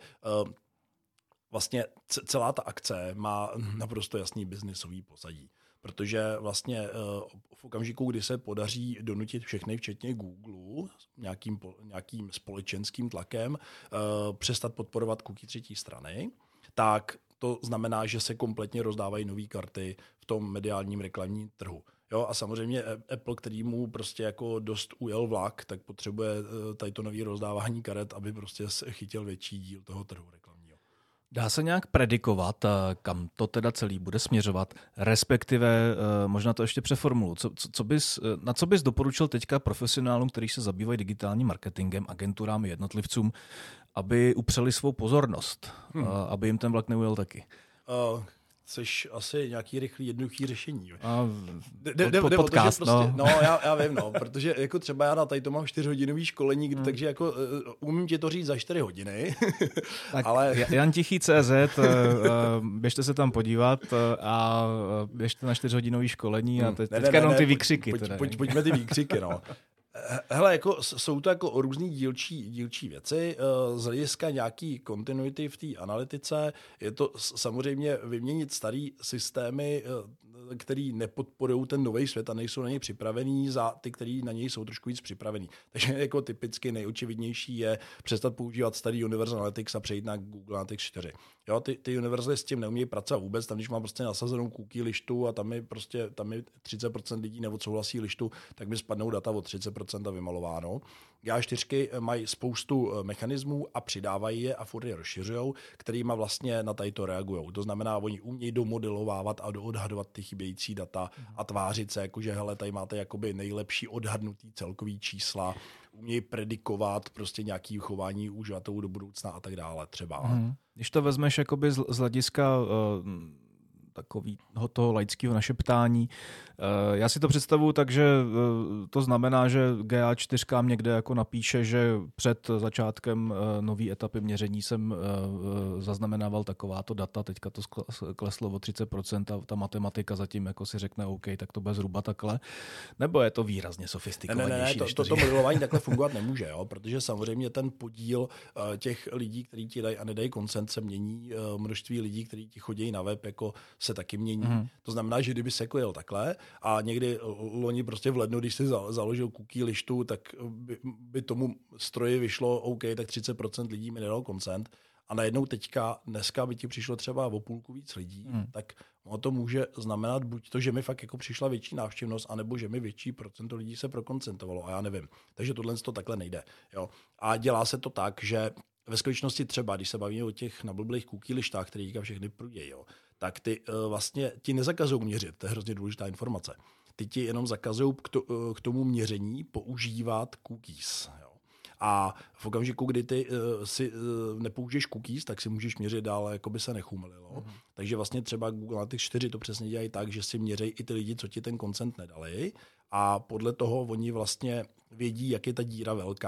vlastně celá ta akce má naprosto jasný biznisový pozadí. Protože vlastně v okamžiku, kdy se podaří donutit všechny, včetně Google, nějakým, nějakým společenským tlakem, přestat podporovat cookie třetí strany, tak to znamená, že se kompletně rozdávají nové karty v tom mediálním reklamním trhu. Jo, a samozřejmě Apple, který mu prostě jako dost ujel vlak, tak potřebuje tady to nový rozdávání karet, aby prostě chytil větší díl toho trhu reklamního. Dá se nějak predikovat, kam to teda celý bude směřovat, respektive možná to ještě přeformuluji. Co, co, co bys, na co bys doporučil teďka profesionálům, kteří se zabývají digitálním marketingem, agenturám, jednotlivcům, aby upřeli svou pozornost, hmm. aby jim ten vlak neujel taky? Uh. Což asi nějaký rychlý, jednoduchý řešení. A, de, de, pod, de, podcast, prostě, no. no já, já vím, no, protože jako třeba já na tady to mám čtyřhodinový školení, hmm. takže jako uh, umím ti to říct za čtyři hodiny. Tak ale... Jan Tichý tečka cé zet, uh, běžte se tam podívat uh, a běžte na čtyřhodinový školení a te, ne, teďka ne, jenom ne, ty výkřiky. Pojď, pojď, pojď, pojďme ty výkřiky, no. Hele, jako jsou to jako různý dílčí, dílčí věci. Z hlediska nějaký kontinuity v té analytice je to samozřejmě vyměnit starý systémy, který nepodporují ten nový svět a nejsou na něj připravený za ty, který na něj jsou trošku víc připravený. Takže jako typicky nejočividnější je přestat používat starý Universal Analytics a přejít na Google Analytics čtyři. Jo, ty, ty Universally s tím neumějí pracovat vůbec, tam když mám prostě nasazenou cookie lištu a tam je prostě tam je třicet procent lidí neodsouhlasí lištu, tak mi spadnou data o třicet procent vymalováno. G čtyři mají spoustu mechanismů a přidávají je a furt je rozšiřujou, kterýma vlastně na tady to reagují. To znamená, oni umějí domodelovávat a doodhadovat ty chybějící data a tvářit se, jako že hele, tady máte jakoby nejlepší odhadnutý celkový čísla, umějí predikovat prostě nějaký chování uživatelů do budoucna a tak dále třeba. Hmm. Když to vezmeš jakoby z, z hlediska uh, takového toho laického našeptání. Já si to představuju tak, že to znamená, že G A čtyři někde jako napíše, že před začátkem nové etapy měření jsem zaznamenával takováto data, teďka to kleslo o třicet procent a ta matematika zatím jako si řekne OK, tak to bude zhruba takhle. Nebo je to výrazně sofistikovanější? Ne, ne, ne, to, to, to modelování takhle fungovat nemůže, jo? Protože samozřejmě ten podíl těch lidí, kteří ti dají a nedají consent, se mění, množství lidí, kteří ti chodí na web, jako se taky mění. Mm. To znamená, že kdyby se jako jel takhle a někdy loni prostě v lednu, když si založil cookie lištu, tak by, by tomu stroji vyšlo OK, tak třicet procent lidí mi nedal consent a najednou teďka, dneska by ti přišlo třeba o půlku víc lidí, mm. tak to může znamenat buď to, že mi fakt jako přišla větší návštěvnost, anebo že mi větší procento lidí se prokoncentovalo a já nevím. Takže tohle to takhle nejde. Jo. A dělá se to tak, že ve skutečnosti třeba, když se bavíme o těch nablblých cookie lištách, které teďka všechny průdějí, jo, tak ty uh, vlastně ti nezakazují měřit, to je hrozně důležitá informace. Ty ti jenom zakazují k, to, uh, k tomu měření používat cookies. Jo. A v okamžiku, kdy ty uh, si uh, nepoužiješ cookies, tak si můžeš měřit dál, jako by se nechumelilo. Mm-hmm. Takže vlastně třeba Google Analytics čtyři to přesně dělají tak, že si měří i ty lidi, co ti ten consent nedali a podle toho oni vlastně vědí, jak je ta díra velká.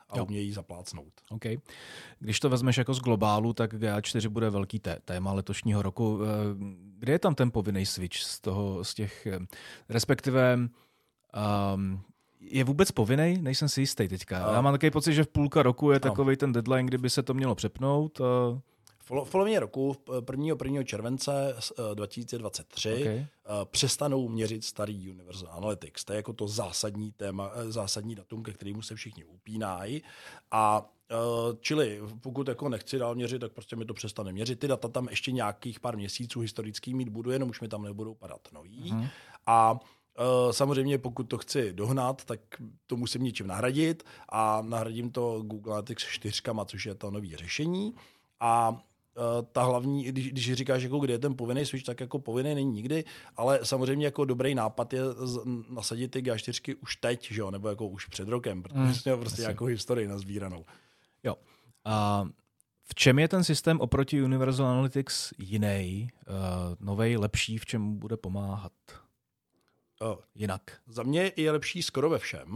a jo. umějí zaplácnout. Okay. Když to vezmeš jako z globálu, tak G A čtyři bude velký té, téma letošního roku. Kde je tam ten povinný switch z toho, z těch, respektive um, je vůbec povinný? Nejsem si jistý teďka. A... Já mám takový pocit, že v půlka roku je takový ten deadline, kdyby se to mělo přepnout. A... V polovině roku, prvního prvního července dva tisíce dvacet tři, okay. přestanou měřit starý Universal Analytics. To je jako to zásadní téma, zásadní datum, ke kterému se všichni upínají. A čili pokud jako nechci dál měřit, tak prostě mi to přestane měřit. Ty data tam ještě nějakých pár měsíců historický mít budu, jenom už mi tam nebudou padat nový. Mm. A samozřejmě pokud to chci dohnat, tak to musím něčím nahradit a nahradím to Google Analytics čtyři, což je to nový řešení. A ta hlavní, když, když říkáš, jako kde je ten povinný switch, tak jako povinný není nikdy, ale samozřejmě jako dobrý nápad je nasadit ty G A čtyři už teď, že jo, nebo jako už před rokem, protože mm, jsme prostě nějakou historii nazbíranou. Jo. A v čem je ten systém oproti Universal Analytics jiný, uh, novej, lepší, v čem bude pomáhat? Uh, Jinak. Za mě je lepší skoro ve všem.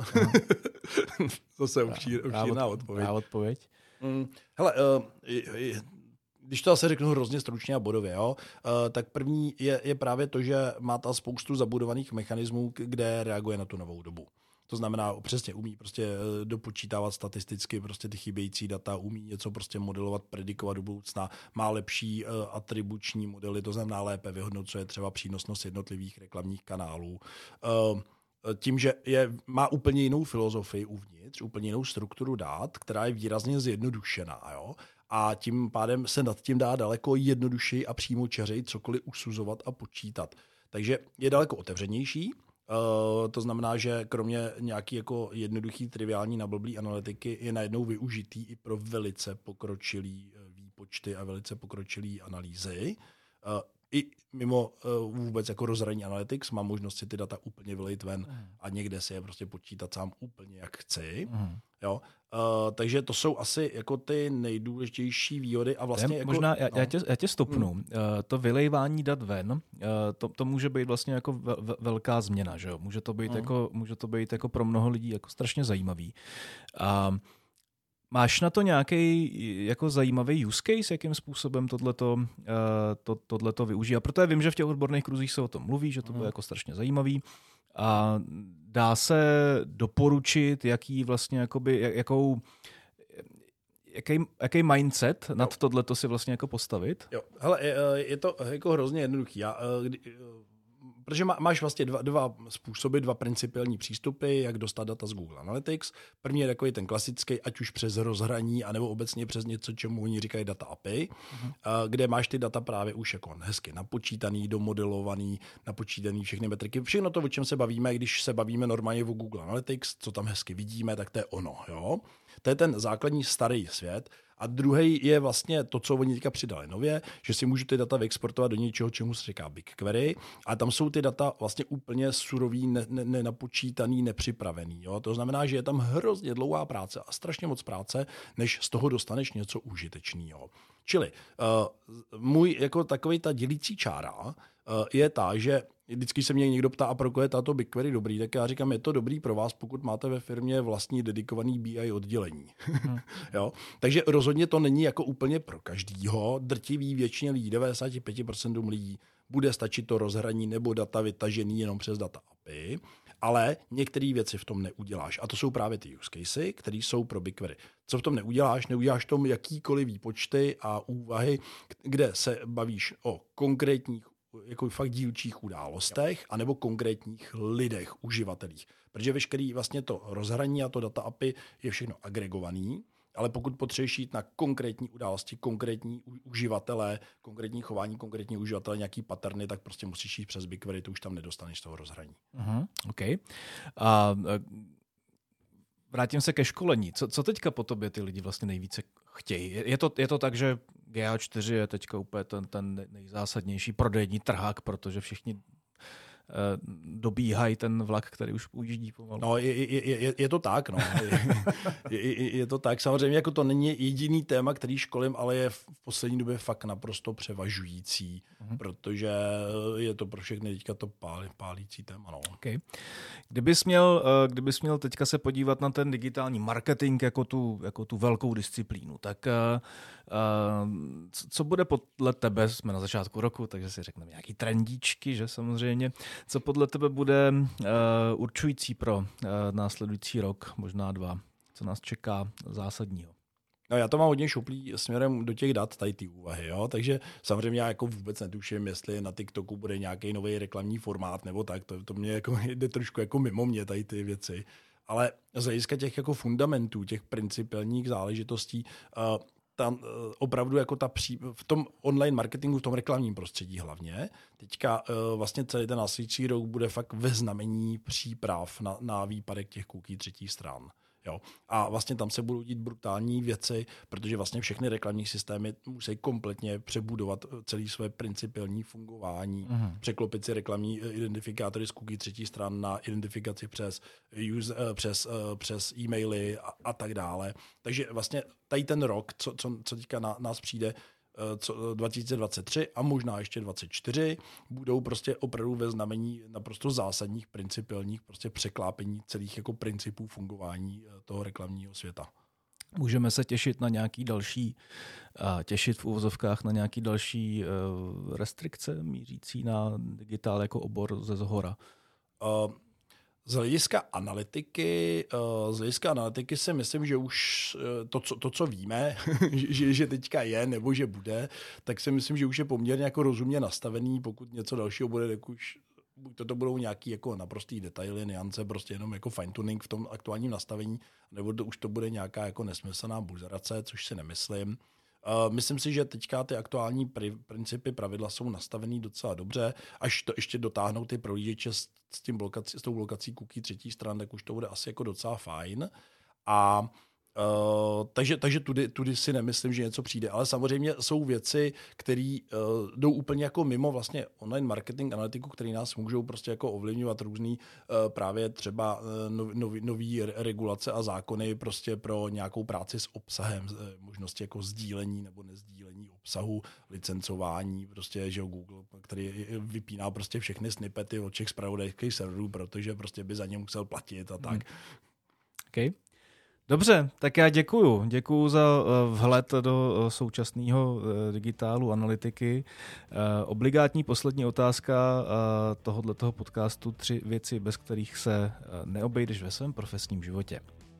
To se obšírná odpověď. odpověď. Mm, hele, uh, je, je, když to asi řeknu hrozně stručně a bodově, jo, uh, tak první je, je právě to, že má ta spoustu zabudovaných mechanismů, kde reaguje na tu novou dobu. To znamená, přesně umí prostě dopočítávat statisticky prostě ty chybějící data, umí něco prostě modelovat, predikovat do budoucna, má lepší uh, atribuční modely, to znamená lépe vyhodnocuje třeba přínosnost jednotlivých reklamních kanálů. Uh, tím, že je, má úplně jinou filozofii uvnitř, úplně jinou strukturu dát, která je výrazně zjednodušená, jo? A tím pádem se nad tím dá daleko jednodušeji a přímo čeřej cokoliv usuzovat a počítat. Takže je daleko otevřenější. Uh, to znamená, že kromě nějaký jako jednoduchý, triviální, nablblý analytiky je najednou využitý i pro velice pokročilý výpočty a velice pokročilý analýzy. Uh, I mimo uh, vůbec jako rozhraní analytics mám možnost si ty data úplně vylejt ven mm. a někde si je prostě počítat sám úplně jak chci. Mm. Jo? Uh, takže to jsou asi jako ty nejdůležitější výhody a vlastně jako, možná já, no. já, tě, já tě stopnu. Hmm. Uh, to vylejvání dat ven, uh, to, to může být vlastně jako ve, ve, velká změna, že jo? Může to být hmm. jako může to být jako pro mnoho lidí jako strašně zajímavý. Uh, máš na to nějaký jako zajímavý use case, jakým způsobem tohleto, uh, to, tohleto využít? A proto vím, že v těch odborných kruzích se o tom mluví, že to bude hmm. jako strašně zajímavý. A dá se doporučit, jaký vlastně jakoby, jakou, jaký, jaký mindset jo. nad tohleto si vlastně jako postavit? Jo, hele, je, je to jako hrozně jednoduchý. Já, kdy, protože má, máš vlastně dva, dva způsoby, dva principiální přístupy, jak dostat data z Google Analytics. První je takový ten klasický, ať už přes rozhraní, anebo obecně přes něco, čemu oni říkají data A P I, uh-huh. kde máš ty data právě už jako hezky napočítaný, domodelovaný, napočítaný všechny metriky. Všechno to, o čem se bavíme, když se bavíme normálně o Google Analytics, co tam hezky vidíme, tak to je ono. Jo? To je ten základní starý svět. A druhý je vlastně to, co oni teďka přidali nově, že si můžu ty data vyexportovat do něčeho, čemu se říká BigQuery. A tam jsou ty data vlastně úplně surový, nenapočítaný, ne, ne nepřipravený. Jo? To znamená, že je tam hrozně dlouhá práce a strašně moc práce, než z toho dostaneš něco užitečného. Čili uh, můj jako takový ta dělící čára uh, je ta, že vždycky se mě někdo ptá, a pro koho je tato BigQuery dobrý, tak já říkám, je to dobrý pro vás, pokud máte ve firmě vlastní dedikovaný B I oddělení. Hmm. Jo? Takže rozhodně to není jako úplně pro každýho. Drtivý většině lidí, devadesát pět procent lidí, bude stačit to rozhraní nebo data vytažený jenom přes data A P I, ale některé věci v tom neuděláš. A to jsou právě ty use casey, které jsou pro BigQuery. Co v tom neuděláš? Neuděláš tom jakýkoliv výpočty a úvahy, kde se bavíš o konkrétních jako fakt dílčích událostech anebo konkrétních lidech, uživatelích. Protože veškerý vlastně to rozhraní a to data A P I je všechno agregovaný, ale pokud potřebuješ jít na konkrétní události, konkrétní uživatele, konkrétní chování, konkrétní uživatele, nějaký paterny, tak prostě musíš jít přes BigQuery, to už tam nedostaneš z toho rozhraní. Uh-huh, OK. A vrátím se ke školení. Co, co teďka po tobě ty lidi vlastně nejvíce chtějí? Je, je, to, je to tak, že G A čtyři je teďka úplně ten, ten nejzásadnější prodejní trhák, protože všichni dobíhají ten vlak, který už ujíždí pomalu. No, je, je, je, je to tak, no. je, je, je to tak. Samozřejmě jako to není jediný téma, který školím, ale je v poslední době fakt naprosto převažující, uh-huh. protože je to pro všechny teďka to pálí, pálící téma, no. Okay. Kdybys měl, kdybys měl teďka se podívat na ten digitální marketing jako tu, jako tu velkou disciplínu, tak co bude podle tebe, jsme na začátku roku, takže si řekneme nějaký trendíčky, že samozřejmě, co podle tebe bude uh, určující pro uh, následující rok, možná dva, co nás čeká zásadního? No, já to mám hodně šuplý směrem do těch dat, tady ty úvahy, jo? Takže samozřejmě já jako vůbec netuším, jestli na TikToku bude nějaký nový reklamní formát nebo tak, to, to mě jako jde trošku jako mimo mě tady ty věci, ale z hlediska těch jako fundamentů, těch principiálních záležitostí, uh, tam opravdu jako ta pří, v tom online marketingu, v tom reklamním prostředí hlavně, teďka vlastně celý ten následující rok bude fakt ve znamení příprav na, na výpadek těch cookie třetích stran. Jo. A vlastně tam se budou dít brutální věci, protože vlastně všechny reklamní systémy musí kompletně přebudovat celé své principiální fungování, uh-huh. překlopit si reklamní identifikátory z cookie třetí stran na identifikaci přes, use, přes, přes e-maily a, a tak dále. Takže vlastně tady ten rok, co, co, co teďka na nás přijde, co, dva tisíce dvacet tři a možná ještě dvacet čtyři budou prostě opravdu ve znamení naprosto zásadních principiálních prostě překlápení celých jako principů fungování toho reklamního světa. Můžeme se těšit na nějaký další, těšit v uvozovkách na nějaký další restrikce mířící na digitál jako obor ze zhora? Uh, Z hlediska analytiky, z hlediska analytiky si myslím, že už to, co, to, co víme, že, že teďka je nebo že bude, tak si myslím, že už je poměrně jako rozumně nastavený, pokud něco dalšího bude, tak už buď to, to budou nějaký jako naprostý detaily, niance, prostě jenom jako fine tuning v tom aktuálním nastavení, nebo to, už to bude nějaká jako nesmyslná buzerace, což si nemyslím. Uh, myslím si, že teďka ty aktuální pri- principy, pravidla jsou nastavený docela dobře. Až to ještě dotáhnou ty prohlížeče s, s, tím blokací, s tou blokací cookie třetí stran, tak už to bude asi jako docela fajn. A Uh, takže takže tudy, tudy si nemyslím, že něco přijde. Ale samozřejmě jsou věci, které uh, jdou úplně jako mimo vlastně online marketing analytiku, které nás můžou prostě jako ovlivňovat různý uh, právě třeba uh, nový, nový regulace a zákony prostě pro nějakou práci s obsahem, uh, možnosti jako sdílení nebo nezdílení obsahu, licencování, prostě že Google, který vypíná prostě všechny snippety od všech zpravodajských serverů, protože prostě by za ně musel platit a tak. Hmm. Okay. Dobře, tak já děkuju. Děkuju za vhled do současného digitálu, analytiky. Obligátní poslední otázka tohoto podcastu. Tři věci, bez kterých se neobejdeš ve svém profesním životě.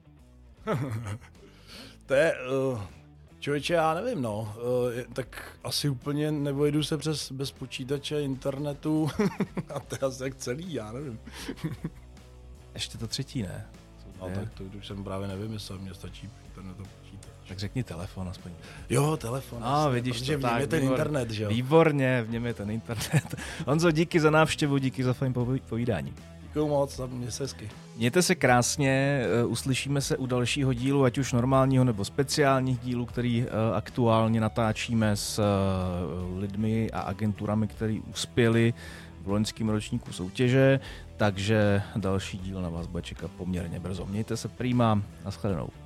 To je... Uh... Člověče, já nevím, no. Uh, tak asi úplně nevojdu se přes bez počítače, internetu a to je asi jak celý, já nevím. Ještě to třetí, ne? No ne? Tak to, to už jsem právě nevymyslel, mě stačí internetu počítač. Tak řekni telefon aspoň. Jo, telefon. A vidíš protože to, v něm tak, je ten výbor, internet, že jo? Výborně, v něm je ten internet. Honzo, díky za návštěvu, díky za fajn povídání. Děkuju moc, za mě se hezky. Mějte se krásně, uslyšíme se u dalšího dílu, ať už normálního nebo speciálních dílů, který aktuálně natáčíme s lidmi a agenturami, který uspěli v loňském ročníku soutěže, takže další díl na vás bude čekat poměrně brzo. Mějte se prima, nashledanou.